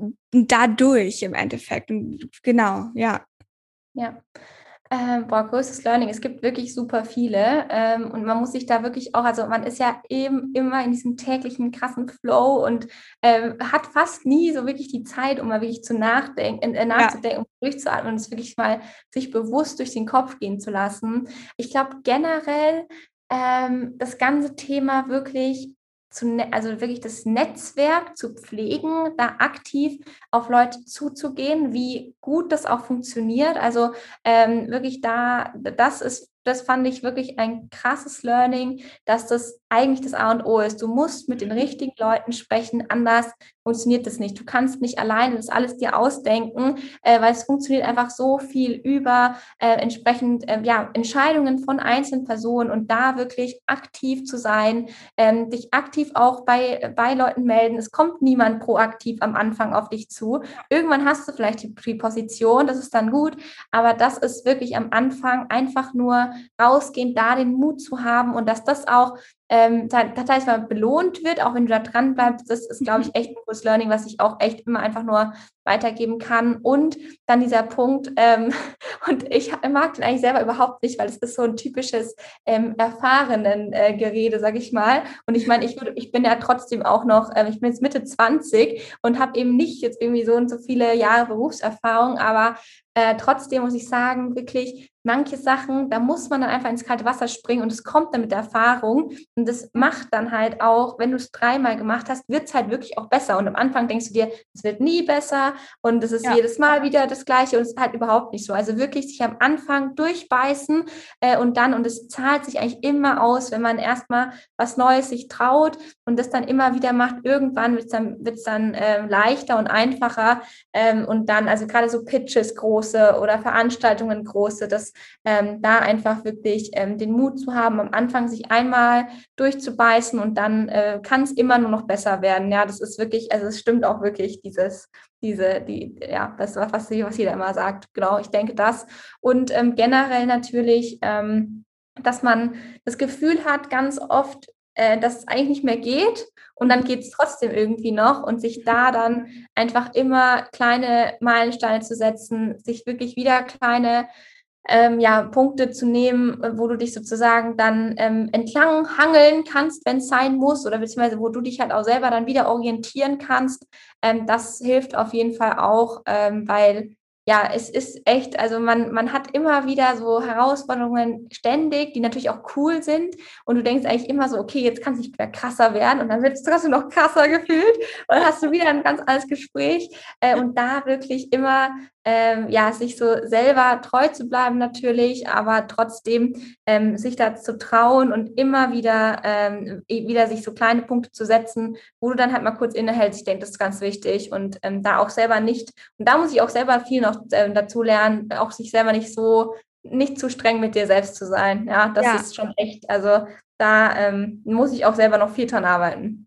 dadurch im Endeffekt? Genau, ja. Ja. Ähm, boah, größtes Learning. Es gibt wirklich super viele ähm, und man muss sich da wirklich auch, also man ist ja eben immer in diesem täglichen krassen Flow und ähm, hat fast nie so wirklich die Zeit, um mal wirklich zu nachdenken, äh, nachzudenken, ja. um durchzuatmen und es wirklich mal sich bewusst durch den Kopf gehen zu lassen. Ich glaube generell ähm, das ganze Thema wirklich zu, ne- also wirklich das Netzwerk zu pflegen, da aktiv auf Leute zuzugehen, wie gut das auch funktioniert. Also ähm, wirklich da, das ist, das fand ich wirklich ein krasses Learning, dass das eigentlich das A und O ist. Du musst mit den richtigen Leuten sprechen, anders funktioniert das nicht. Du kannst nicht alleine das alles dir ausdenken, äh, weil es funktioniert einfach so viel über äh, entsprechend äh, ja, Entscheidungen von einzelnen Personen und da wirklich aktiv zu sein, ähm, dich aktiv auch bei, bei Leuten melden. Es kommt niemand proaktiv am Anfang auf dich zu. Irgendwann hast du vielleicht die, die Position, das ist dann gut, aber das ist wirklich am Anfang einfach nur rausgehen, da den Mut zu haben und dass das auch ähm, tatsächlich mal belohnt wird, auch wenn du da dran bleibst, das ist, glaube ich, echt ein gutes Learning, was ich auch echt immer einfach nur weitergeben kann. Und dann dieser Punkt, ähm, und ich mag den eigentlich selber überhaupt nicht, weil es ist so ein typisches ähm, erfahrenen äh, Gerede, sag ich mal. Und ich meine, ich würde, ich bin ja trotzdem auch noch, äh, ich bin jetzt Mitte zwanzig und habe eben nicht jetzt irgendwie so und so viele Jahre Berufserfahrung, aber äh, trotzdem muss ich sagen, wirklich manche Sachen, da muss man dann einfach ins kalte Wasser springen und es kommt dann mit der Erfahrung und das macht dann halt auch, wenn du es dreimal gemacht hast, wird es halt wirklich auch besser und am Anfang denkst du dir, es wird nie besser und es ist ja. jedes Mal wieder das Gleiche und es ist halt überhaupt nicht so. Also wirklich sich am Anfang durchbeißen äh, und dann, und es zahlt sich eigentlich immer aus, wenn man erstmal was Neues sich traut und das dann immer wieder macht, irgendwann wird es dann, wird's dann äh, leichter und einfacher ähm, und dann, also gerade so Pitches große oder Veranstaltungen große, das ähm, da einfach wirklich ähm, den Mut zu haben, am Anfang sich einmal durchzubeißen und dann äh, kann es immer nur noch besser werden. Ja, das ist wirklich, also es stimmt auch wirklich, dieses, diese, die, ja, das was, was jeder immer sagt. Genau, ich denke das. Und ähm, generell natürlich, ähm, dass man das Gefühl hat, ganz oft, äh, dass es eigentlich nicht mehr geht und dann geht es trotzdem irgendwie noch und sich da dann einfach immer kleine Meilensteine zu setzen, sich wirklich wieder kleine ähm, ja, Punkte zu nehmen, wo du dich sozusagen dann ähm, entlang hangeln kannst, wenn es sein muss, oder beziehungsweise wo du dich halt auch selber dann wieder orientieren kannst. Ähm, das hilft auf jeden Fall auch, ähm, weil ja, es ist echt, also man, man hat immer wieder so Herausforderungen ständig, die natürlich auch cool sind. Und du denkst eigentlich immer so, okay, jetzt kann es nicht mehr krasser werden. Und dann wird es trotzdem noch krasser gefühlt. Und dann hast du wieder ein ganz anderes Gespräch. Äh, und da wirklich immer ähm, ja, sich so selber treu zu bleiben natürlich, aber trotzdem ähm, sich da zu trauen und immer wieder, ähm, wieder sich so kleine Punkte zu setzen, wo du dann halt mal kurz innehältst. Ich denke, das ist ganz wichtig und ähm, da auch selber nicht, und da muss ich auch selber viel noch ähm, dazu lernen, auch sich selber nicht so, nicht zu streng mit dir selbst zu sein. Ja, das Ja. ist schon echt, also da ähm, muss ich auch selber noch viel dran arbeiten.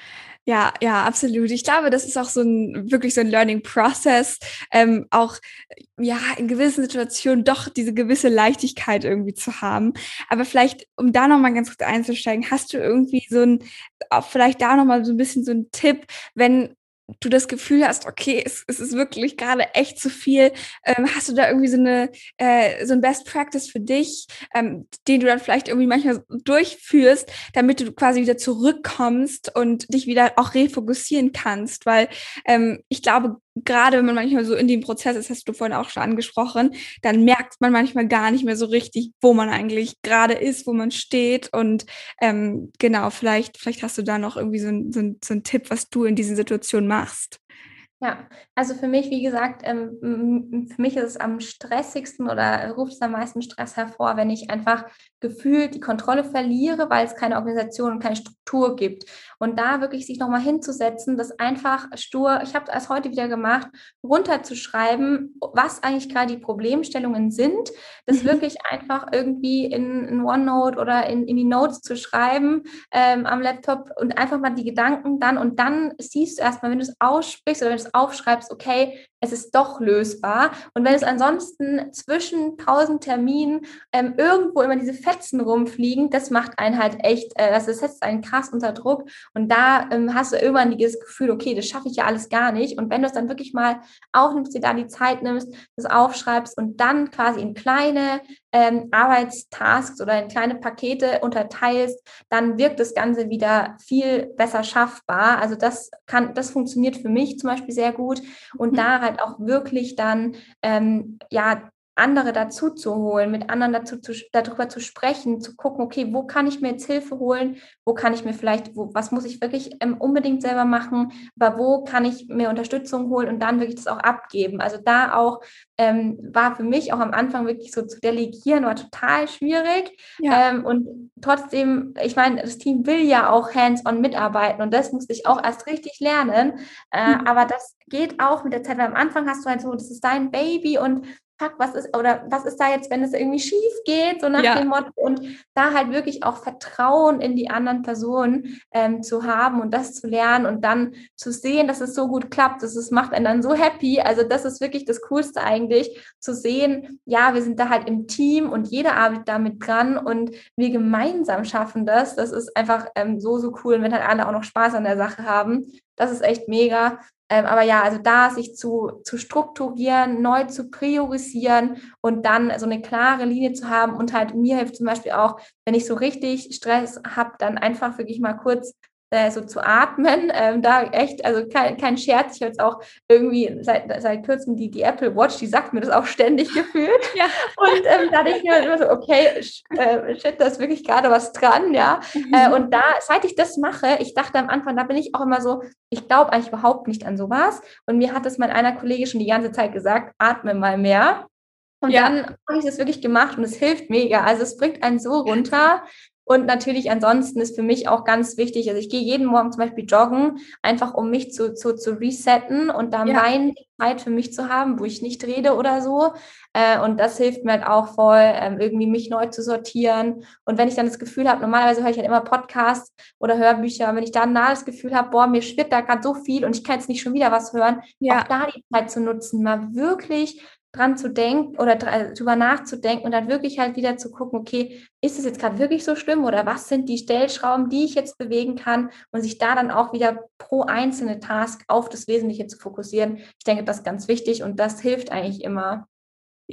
Ja, ja, absolut. Ich glaube, das ist auch so ein wirklich so ein Learning Process, ähm, auch ja in gewissen Situationen doch diese gewisse Leichtigkeit irgendwie zu haben. Aber vielleicht, um da noch mal ganz kurz einzusteigen, hast du irgendwie so ein, auch vielleicht da noch mal so ein bisschen so ein Tipp, wenn du das Gefühl hast, okay, es, es ist wirklich gerade echt zu viel. Ähm, hast du da irgendwie so eine äh, so ein Best Practice für dich, ähm, den du dann vielleicht irgendwie manchmal durchführst, damit du quasi wieder zurückkommst und dich wieder auch refokussieren kannst? Weil ähm, ich glaube, gerade wenn man manchmal so in dem Prozess ist, hast du vorhin auch schon angesprochen, dann merkt man manchmal gar nicht mehr so richtig, wo man eigentlich gerade ist, wo man steht. Und ähm, genau, vielleicht, vielleicht hast du da noch irgendwie so ein, so ein, so ein Tipp, was du in diesen Situationen machst. Ja, also für mich, wie gesagt, ähm, m- für mich ist es am stressigsten oder ruft es am meisten Stress hervor, wenn ich einfach gefühlt die Kontrolle verliere, weil es keine Organisation und keine Struktur gibt. Und da wirklich sich nochmal hinzusetzen, das einfach stur, ich habe es heute wieder gemacht, runterzuschreiben, was eigentlich gerade die Problemstellungen sind, das Mhm. wirklich einfach irgendwie in, in OneNote oder in, in die Notes zu schreiben, ähm, am Laptop, und einfach mal die Gedanken dann, und dann siehst du erstmal, wenn du es aussprichst oder wenn du es aufschreibst, okay, es ist doch lösbar. Und wenn es ansonsten zwischen tausend Terminen ähm, irgendwo immer diese Fetzen rumfliegen, das macht einen halt echt, äh, das setzt einen krass unter Druck. Und da ähm, hast du irgendwann dieses Gefühl, okay, das schaffe ich ja alles gar nicht. Und wenn du es dann wirklich mal aufnimmst, dir da die Zeit nimmst, das aufschreibst und dann quasi in kleine ähm, Arbeitstasks oder in kleine Pakete unterteilst, dann wirkt das Ganze wieder viel besser schaffbar. Also das kann, das funktioniert für mich zum Beispiel sehr gut, und Mhm. da halt auch wirklich dann ähm, ja andere dazu zu holen, mit anderen dazu zu, darüber zu sprechen, zu gucken, okay, wo kann ich mir jetzt Hilfe holen, wo kann ich mir vielleicht, wo, was muss ich wirklich ähm, unbedingt selber machen, aber wo kann ich mir Unterstützung holen und dann wirklich das auch abgeben. Also da auch ähm, war für mich auch am Anfang wirklich so zu delegieren, war total schwierig. Ja. Ähm, und trotzdem, ich meine, das Team will ja auch hands-on mitarbeiten, und das musste ich auch erst richtig lernen. Äh, Mhm. aber das geht auch mit der Zeit, weil am Anfang hast du halt so, das ist dein Baby, und fuck, was ist, oder was ist da jetzt, wenn es irgendwie schief geht, so nach Ja. dem Motto, und da halt wirklich auch Vertrauen in die anderen Personen ähm, zu haben und das zu lernen und dann zu sehen, dass es so gut klappt, das ist, macht einen dann so happy. Also das ist wirklich das Coolste eigentlich, zu sehen, ja, wir sind da halt im Team und jeder arbeitet damit dran und wir gemeinsam schaffen das. Das ist einfach ähm, so, so cool. Und wenn halt alle auch noch Spaß an der Sache haben, das ist echt mega. Ähm, aber ja, also da sich zu, zu strukturieren, neu zu priorisieren und dann so eine klare Linie zu haben, und halt mir hilft zum Beispiel auch, wenn ich so richtig Stress habe, dann einfach wirklich mal kurz äh, so zu atmen. Ähm, da echt, also kein, kein Scherz, ich habe jetzt auch irgendwie seit, seit kurzem die, die Apple Watch, die sagt mir das auch ständig gefühlt. Ja. Und ähm, da denke ich mir immer so, okay, sh äh, shit, da ist wirklich gerade was dran, ja. Äh, Mhm. und da, seit ich das mache, ich dachte am Anfang, da bin ich auch immer so, ich glaube eigentlich überhaupt nicht an sowas. Und mir hat es mein einer Kollege schon die ganze Zeit gesagt, atme mal mehr. Und Ja. dann habe ich das wirklich gemacht und es hilft mega. Also es bringt einen so runter. Und natürlich ansonsten ist für mich auch ganz wichtig, also ich gehe jeden Morgen zum Beispiel joggen, einfach um mich zu, zu, zu resetten und da Ja. meine Zeit für mich zu haben, wo ich nicht rede oder so. Äh, und das hilft mir halt auch voll, ähm, irgendwie mich neu zu sortieren. Und wenn ich dann das Gefühl habe, normalerweise höre ich halt immer Podcasts oder Hörbücher, wenn ich dann nah das Gefühl habe, boah, mir schwirrt da gerade so viel und ich kann jetzt nicht schon wieder was hören, auch Ja. da die Zeit zu nutzen, mal wirklich dran zu denken oder drüber nachzudenken und dann wirklich halt wieder zu gucken, okay, ist es jetzt gerade wirklich so schlimm oder was sind die Stellschrauben, die ich jetzt bewegen kann, und sich da dann auch wieder pro einzelne Task auf das Wesentliche zu fokussieren. Ich denke, das ist ganz wichtig und das hilft eigentlich immer. Ja,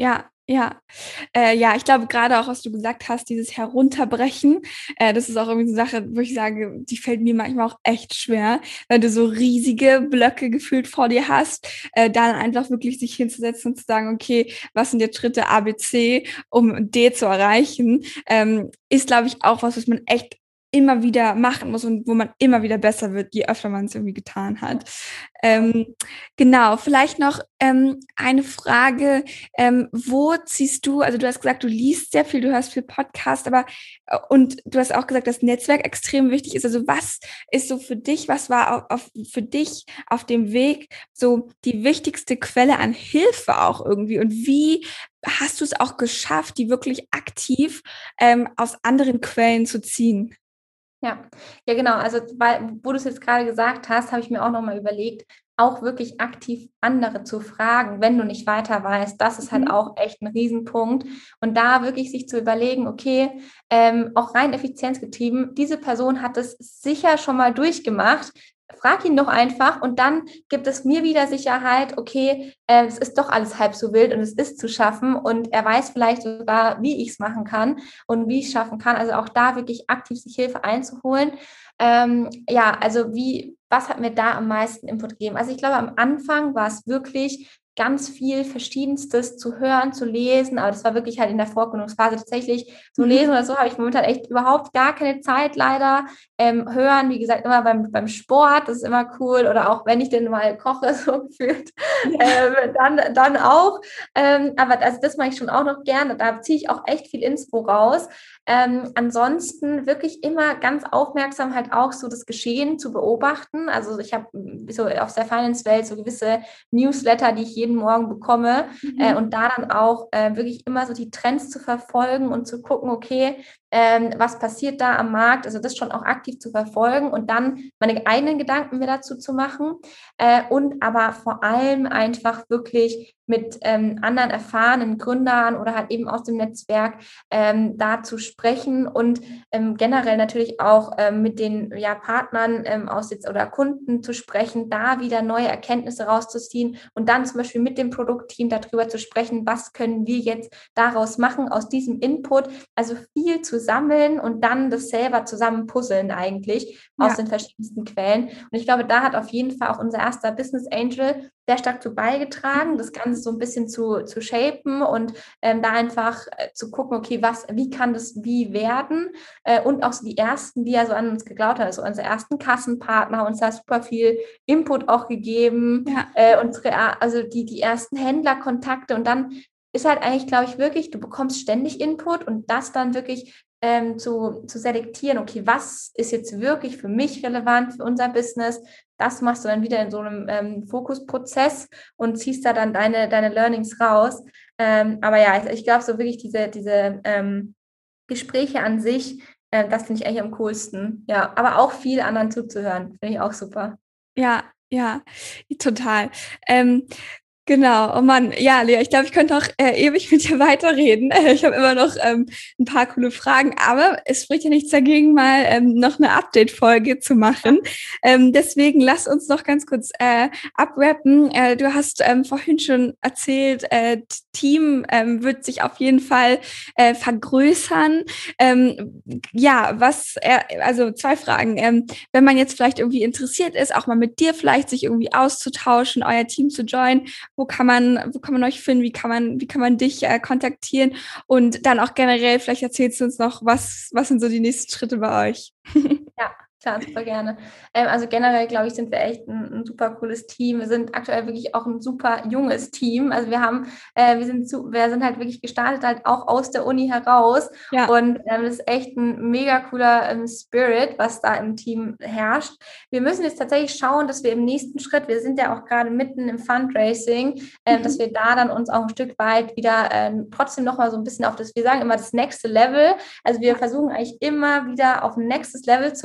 Ja, äh, ja, ich glaube gerade auch, was du gesagt hast, dieses Herunterbrechen, äh, das ist auch irgendwie so eine Sache, wo ich sage, die fällt mir manchmal auch echt schwer, wenn du so riesige Blöcke gefühlt vor dir hast, äh, dann einfach wirklich sich hinzusetzen und zu sagen, okay, was sind jetzt Schritte A, B, C, um D zu erreichen, ähm, ist, glaube ich, auch was, was man echt immer wieder machen muss und wo man immer wieder besser wird, je öfter man es irgendwie getan hat. Ähm, genau, vielleicht noch ähm, eine Frage, ähm, wo ziehst du, also du hast gesagt, du liest sehr viel, du hörst viel Podcast, aber äh, und du hast auch gesagt, dass Netzwerk extrem wichtig ist. Also was ist so für dich, was war auf, auf, für dich auf dem Weg so die wichtigste Quelle an Hilfe auch irgendwie? Und wie hast du es auch geschafft, die wirklich aktiv ähm, aus anderen Quellen zu ziehen? Ja, ja genau. Also, weil, wo du es jetzt gerade gesagt hast, habe ich mir auch noch mal überlegt, auch wirklich aktiv andere zu fragen, wenn du nicht weiter weißt. Das ist halt Mhm. auch echt ein Riesenpunkt. Und da wirklich sich zu überlegen, okay, ähm, auch rein effizienzgetrieben, diese Person hat es sicher schon mal durchgemacht. Frag ihn doch einfach und dann gibt es mir wieder Sicherheit, okay, äh, es ist doch alles halb so wild und es ist zu schaffen und er weiß vielleicht sogar, wie ich es machen kann und wie ich es schaffen kann. Also auch da wirklich aktiv sich Hilfe einzuholen. Ähm, ja, also wie, was hat mir da am meisten Input gegeben? Also ich glaube, am Anfang war es wirklich ganz viel Verschiedenstes zu hören, zu lesen, aber das war wirklich halt in der Vorgründungsphase tatsächlich so lesen oder so habe ich momentan echt überhaupt gar keine Zeit leider. Ähm, hören, wie gesagt, immer beim, beim Sport, das ist immer cool oder auch wenn ich denn mal koche, so gefühlt, Ja. ähm, dann, dann auch. Ähm, aber also das mache ich schon auch noch gerne, da ziehe ich auch echt viel Inspo raus. Ähm, ansonsten wirklich immer ganz aufmerksam halt auch so das Geschehen zu beobachten. Also ich habe so auf der Finance-Welt so gewisse Newsletter, die ich jeden Morgen bekomme äh, Mhm. und da dann auch äh, wirklich immer so die Trends zu verfolgen und zu gucken, okay, ähm, was passiert da am Markt, also das schon auch aktiv zu verfolgen und dann meine eigenen Gedanken mir dazu zu machen äh, und aber vor allem einfach wirklich mit ähm, anderen erfahrenen Gründern oder halt eben aus dem Netzwerk ähm, da zu sprechen und ähm, generell natürlich auch ähm, mit den ja, Partnern ähm, aus jetzt oder Kunden zu sprechen, da wieder neue Erkenntnisse rauszuziehen und dann zum Beispiel mit dem Produktteam darüber zu sprechen, was können wir jetzt daraus machen aus diesem Input. Also viel zu sammeln und dann das selber zusammen puzzeln eigentlich aus Ja. den verschiedensten Quellen. Und ich glaube, da hat auf jeden Fall auch unser erster Business Angel sehr stark zu beigetragen, das Ganze so ein bisschen zu, zu shapen und ähm, da einfach äh, zu gucken, okay, was, wie kann das wie werden? Äh, und auch so die ersten, die ja so an uns geglaubt haben, also unsere ersten Kassenpartner, uns da super viel Input auch gegeben, Ja. äh, unsere, also die, die ersten Händlerkontakte und dann ist halt eigentlich, glaube ich, wirklich, du bekommst ständig Input und das dann wirklich ähm, zu, zu selektieren, okay, was ist jetzt wirklich für mich relevant, für unser Business, das machst du dann wieder in so einem ähm, Fokusprozess und ziehst da dann deine, deine Learnings raus. Ähm, aber ja, ich, ich glaube so wirklich diese, diese ähm, Gespräche an sich, äh, das finde ich eigentlich am coolsten. Ja, aber auch viel anderen zuzuhören, finde ich auch super. Ja, ja, total. Ähm, genau, oh Mann, ja, Lea, ich glaube, ich könnte auch äh, ewig mit dir weiterreden. Äh, ich habe immer noch ähm, ein paar coole Fragen, aber es spricht ja nichts dagegen, mal ähm, noch eine Update-Folge zu machen. Ähm, deswegen lass uns noch ganz kurz äh, abwrappen. Äh, du hast ähm, vorhin schon erzählt, äh, Team ähm, wird sich auf jeden Fall äh, vergrößern. Ähm, ja, was, äh, also zwei Fragen. Ähm, wenn man jetzt vielleicht irgendwie interessiert ist, auch mal mit dir vielleicht sich irgendwie auszutauschen, euer Team zu joinen, wo kann man, wo kann man euch finden, wie kann man, wie kann man dich äh, kontaktieren und dann auch generell, vielleicht erzählst du uns noch, was, was sind so die nächsten Schritte bei euch? Ja, klar, super gerne. Ähm, also generell, glaube ich, sind wir echt ein, ein super cooles Team. Wir sind aktuell wirklich auch ein super junges Team. Also wir haben, äh, wir sind zu, wir sind halt wirklich gestartet halt auch aus der Uni heraus Ja. und ähm, das ist echt ein mega cooler ähm, Spirit, was da im Team herrscht. Wir müssen jetzt tatsächlich schauen, dass wir im nächsten Schritt, wir sind ja auch gerade mitten im Fundraising, ähm, dass Mhm. wir da dann uns auch ein Stück weit wieder ähm, trotzdem nochmal so ein bisschen auf das, wir sagen immer das nächste Level. Also wir Ja. versuchen eigentlich immer wieder auf ein nächstes Level zu kommen,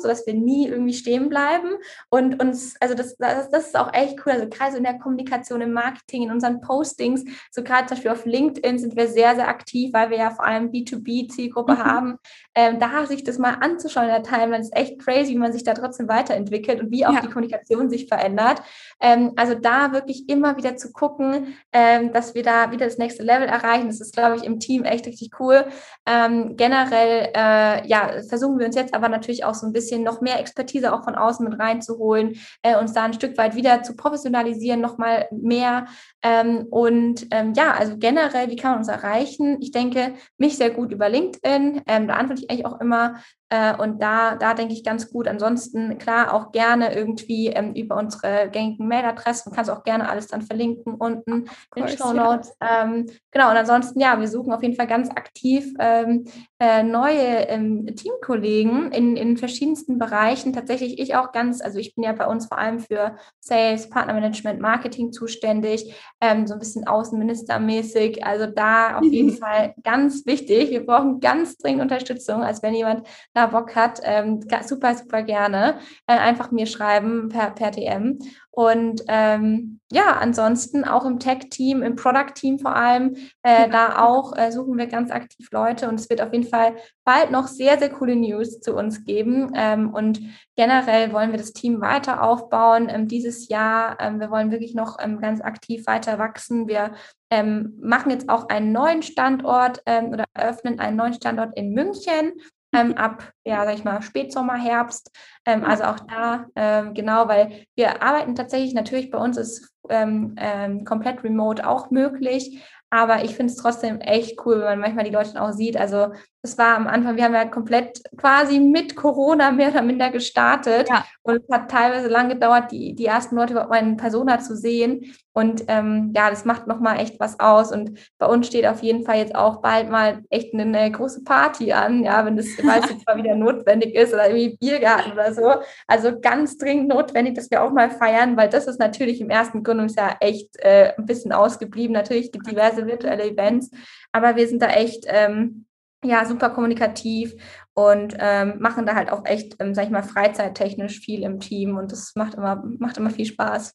dass wir nie irgendwie stehen bleiben und uns, also das, das, das ist auch echt cool, also gerade so in der Kommunikation, im Marketing, in unseren Postings, so gerade zum Beispiel auf LinkedIn sind wir sehr, sehr aktiv, weil wir ja vor allem B zwei B Zielgruppe mhm. haben. Ähm, da sich das mal anzuschauen in der Timeline ist echt crazy, wie man sich da trotzdem weiterentwickelt und wie auch ja. die Kommunikation sich verändert. Ähm, also da wirklich immer wieder zu gucken, ähm, dass wir da wieder das nächste Level erreichen. Das ist, glaube ich, im Team echt richtig cool. Ähm, generell, äh, ja, versuchen wir uns jetzt aber natürlich auch so ein bisschen noch mehr Expertise auch von außen mit reinzuholen, äh, uns da ein Stück weit wieder zu professionalisieren, nochmal mehr. Ähm, und ähm, ja, also generell, wie kann man uns erreichen? Ich denke, mich sehr gut über LinkedIn. Ähm, da antworte ich eigentlich auch immer. Äh, und da, da denke ich ganz gut. Ansonsten, klar, auch gerne irgendwie ähm, über unsere gängigen Mailadressen. Kannst auch gerne alles dann verlinken unten in den Shownotes. Ja. Ähm, genau, und ansonsten, ja, wir suchen auf jeden Fall ganz aktiv ähm, äh, neue ähm, Teamkollegen in, in verschiedensten Bereichen. Tatsächlich ich auch ganz, also ich bin ja bei uns vor allem für Sales, Partnermanagement, Marketing zuständig, ähm, so ein bisschen außenministermäßig. Also da auf jeden Fall ganz wichtig. Wir brauchen ganz dringend Unterstützung, als wenn jemand da Bock hat, ähm, super, super gerne. Äh, einfach mir schreiben per, per D M. Und ähm, ja, ansonsten auch im Tech-Team, im Product-Team vor allem, äh, ja. da auch äh, suchen wir ganz aktiv Leute und es wird auf jeden Fall bald noch sehr, sehr coole News zu uns geben. Ähm, und generell wollen wir das Team weiter aufbauen ähm, dieses Jahr. Ähm, wir wollen wirklich noch ähm, ganz aktiv weiter wachsen. Wir ähm, machen jetzt auch einen neuen Standort ähm, oder eröffnen einen neuen Standort in München. Ähm, ab, ja, sag ich mal, Spätsommer, Herbst. Ähm, also auch da, ähm, genau, weil wir arbeiten tatsächlich, natürlich bei uns ist ähm, ähm, komplett remote auch möglich, aber ich finde es trotzdem echt cool, wenn man manchmal die Leute auch sieht. Also es war am Anfang, wir haben ja komplett quasi mit Corona mehr oder minder gestartet ja. und es hat teilweise lang gedauert, die, die ersten Leute überhaupt mal in Persona zu sehen. Und ähm, ja, das macht nochmal echt was aus. Und bei uns steht auf jeden Fall jetzt auch bald mal echt eine, eine große Party an, ja, wenn das, weil es jetzt mal wieder notwendig ist oder irgendwie Biergarten oder so. Also ganz dringend notwendig, dass wir auch mal feiern, weil das ist natürlich im ersten Gründungsjahr echt äh, ein bisschen ausgeblieben. Natürlich gibt es diverse virtuelle Events, aber wir sind da echt ähm, ja, super kommunikativ und ähm, machen da halt auch echt, ähm, sag ich mal, freizeittechnisch viel im Team und das macht immer, macht immer viel Spaß.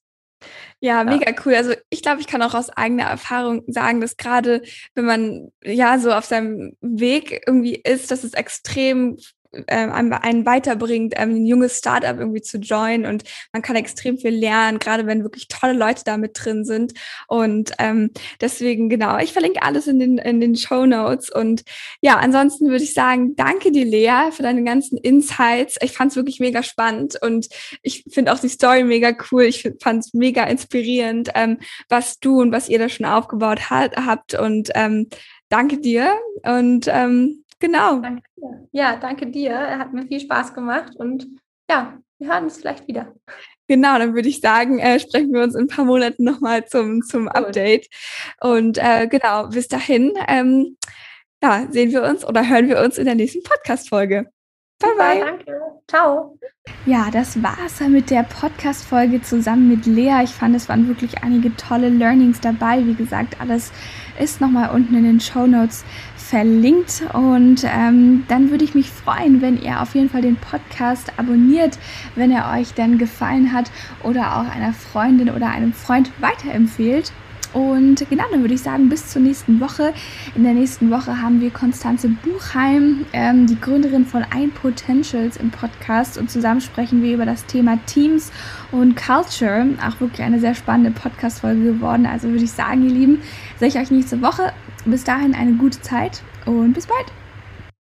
Ja, mega ja. cool. Also ich glaube, ich kann auch aus eigener Erfahrung sagen, dass gerade wenn man ja so auf seinem Weg irgendwie ist, dass es extrem ähm, einen weiterbringt, ähm, ein junges Startup irgendwie zu joinen und man kann extrem viel lernen, gerade wenn wirklich tolle Leute da mit drin sind und ähm, deswegen, genau, ich verlinke alles in den, in den Shownotes und ja, ansonsten würde ich sagen, danke dir, Lea, für deine ganzen Insights. Ich fand es wirklich mega spannend und ich finde auch die Story mega cool. Ich fand es mega inspirierend, ähm, was du und was ihr da schon aufgebaut hat, habt und ähm, danke dir und ähm, genau. Danke dir. Ja, danke dir. Hat mir viel Spaß gemacht und ja, wir hören uns vielleicht wieder. Genau, dann würde ich sagen, äh, sprechen wir uns in ein paar Monaten nochmal zum, zum Update. Und äh, genau, bis dahin ähm, ja, sehen wir uns oder hören wir uns in der nächsten Podcast-Folge. Bye, bye. Danke. Ciao. Ja, das war's mit der Podcast-Folge zusammen mit Lea. Ich fand, es waren wirklich einige tolle Learnings dabei. Wie gesagt, alles ist nochmal unten in den Shownotes verlinkt und ähm, dann würde ich mich freuen, wenn ihr auf jeden Fall den Podcast abonniert, wenn er euch dann gefallen hat oder auch einer Freundin oder einem Freund weiterempfehlt. Und genau, dann würde ich sagen, bis zur nächsten Woche. In der nächsten Woche haben wir Konstanze Buchheim, ähm, die Gründerin von iPotentials im Podcast und zusammen sprechen wir über das Thema Teams und Culture. Auch wirklich eine sehr spannende Podcast-Folge geworden. Also würde ich sagen, ihr Lieben, sehe ich euch nächste Woche. Bis dahin eine gute Zeit und bis bald.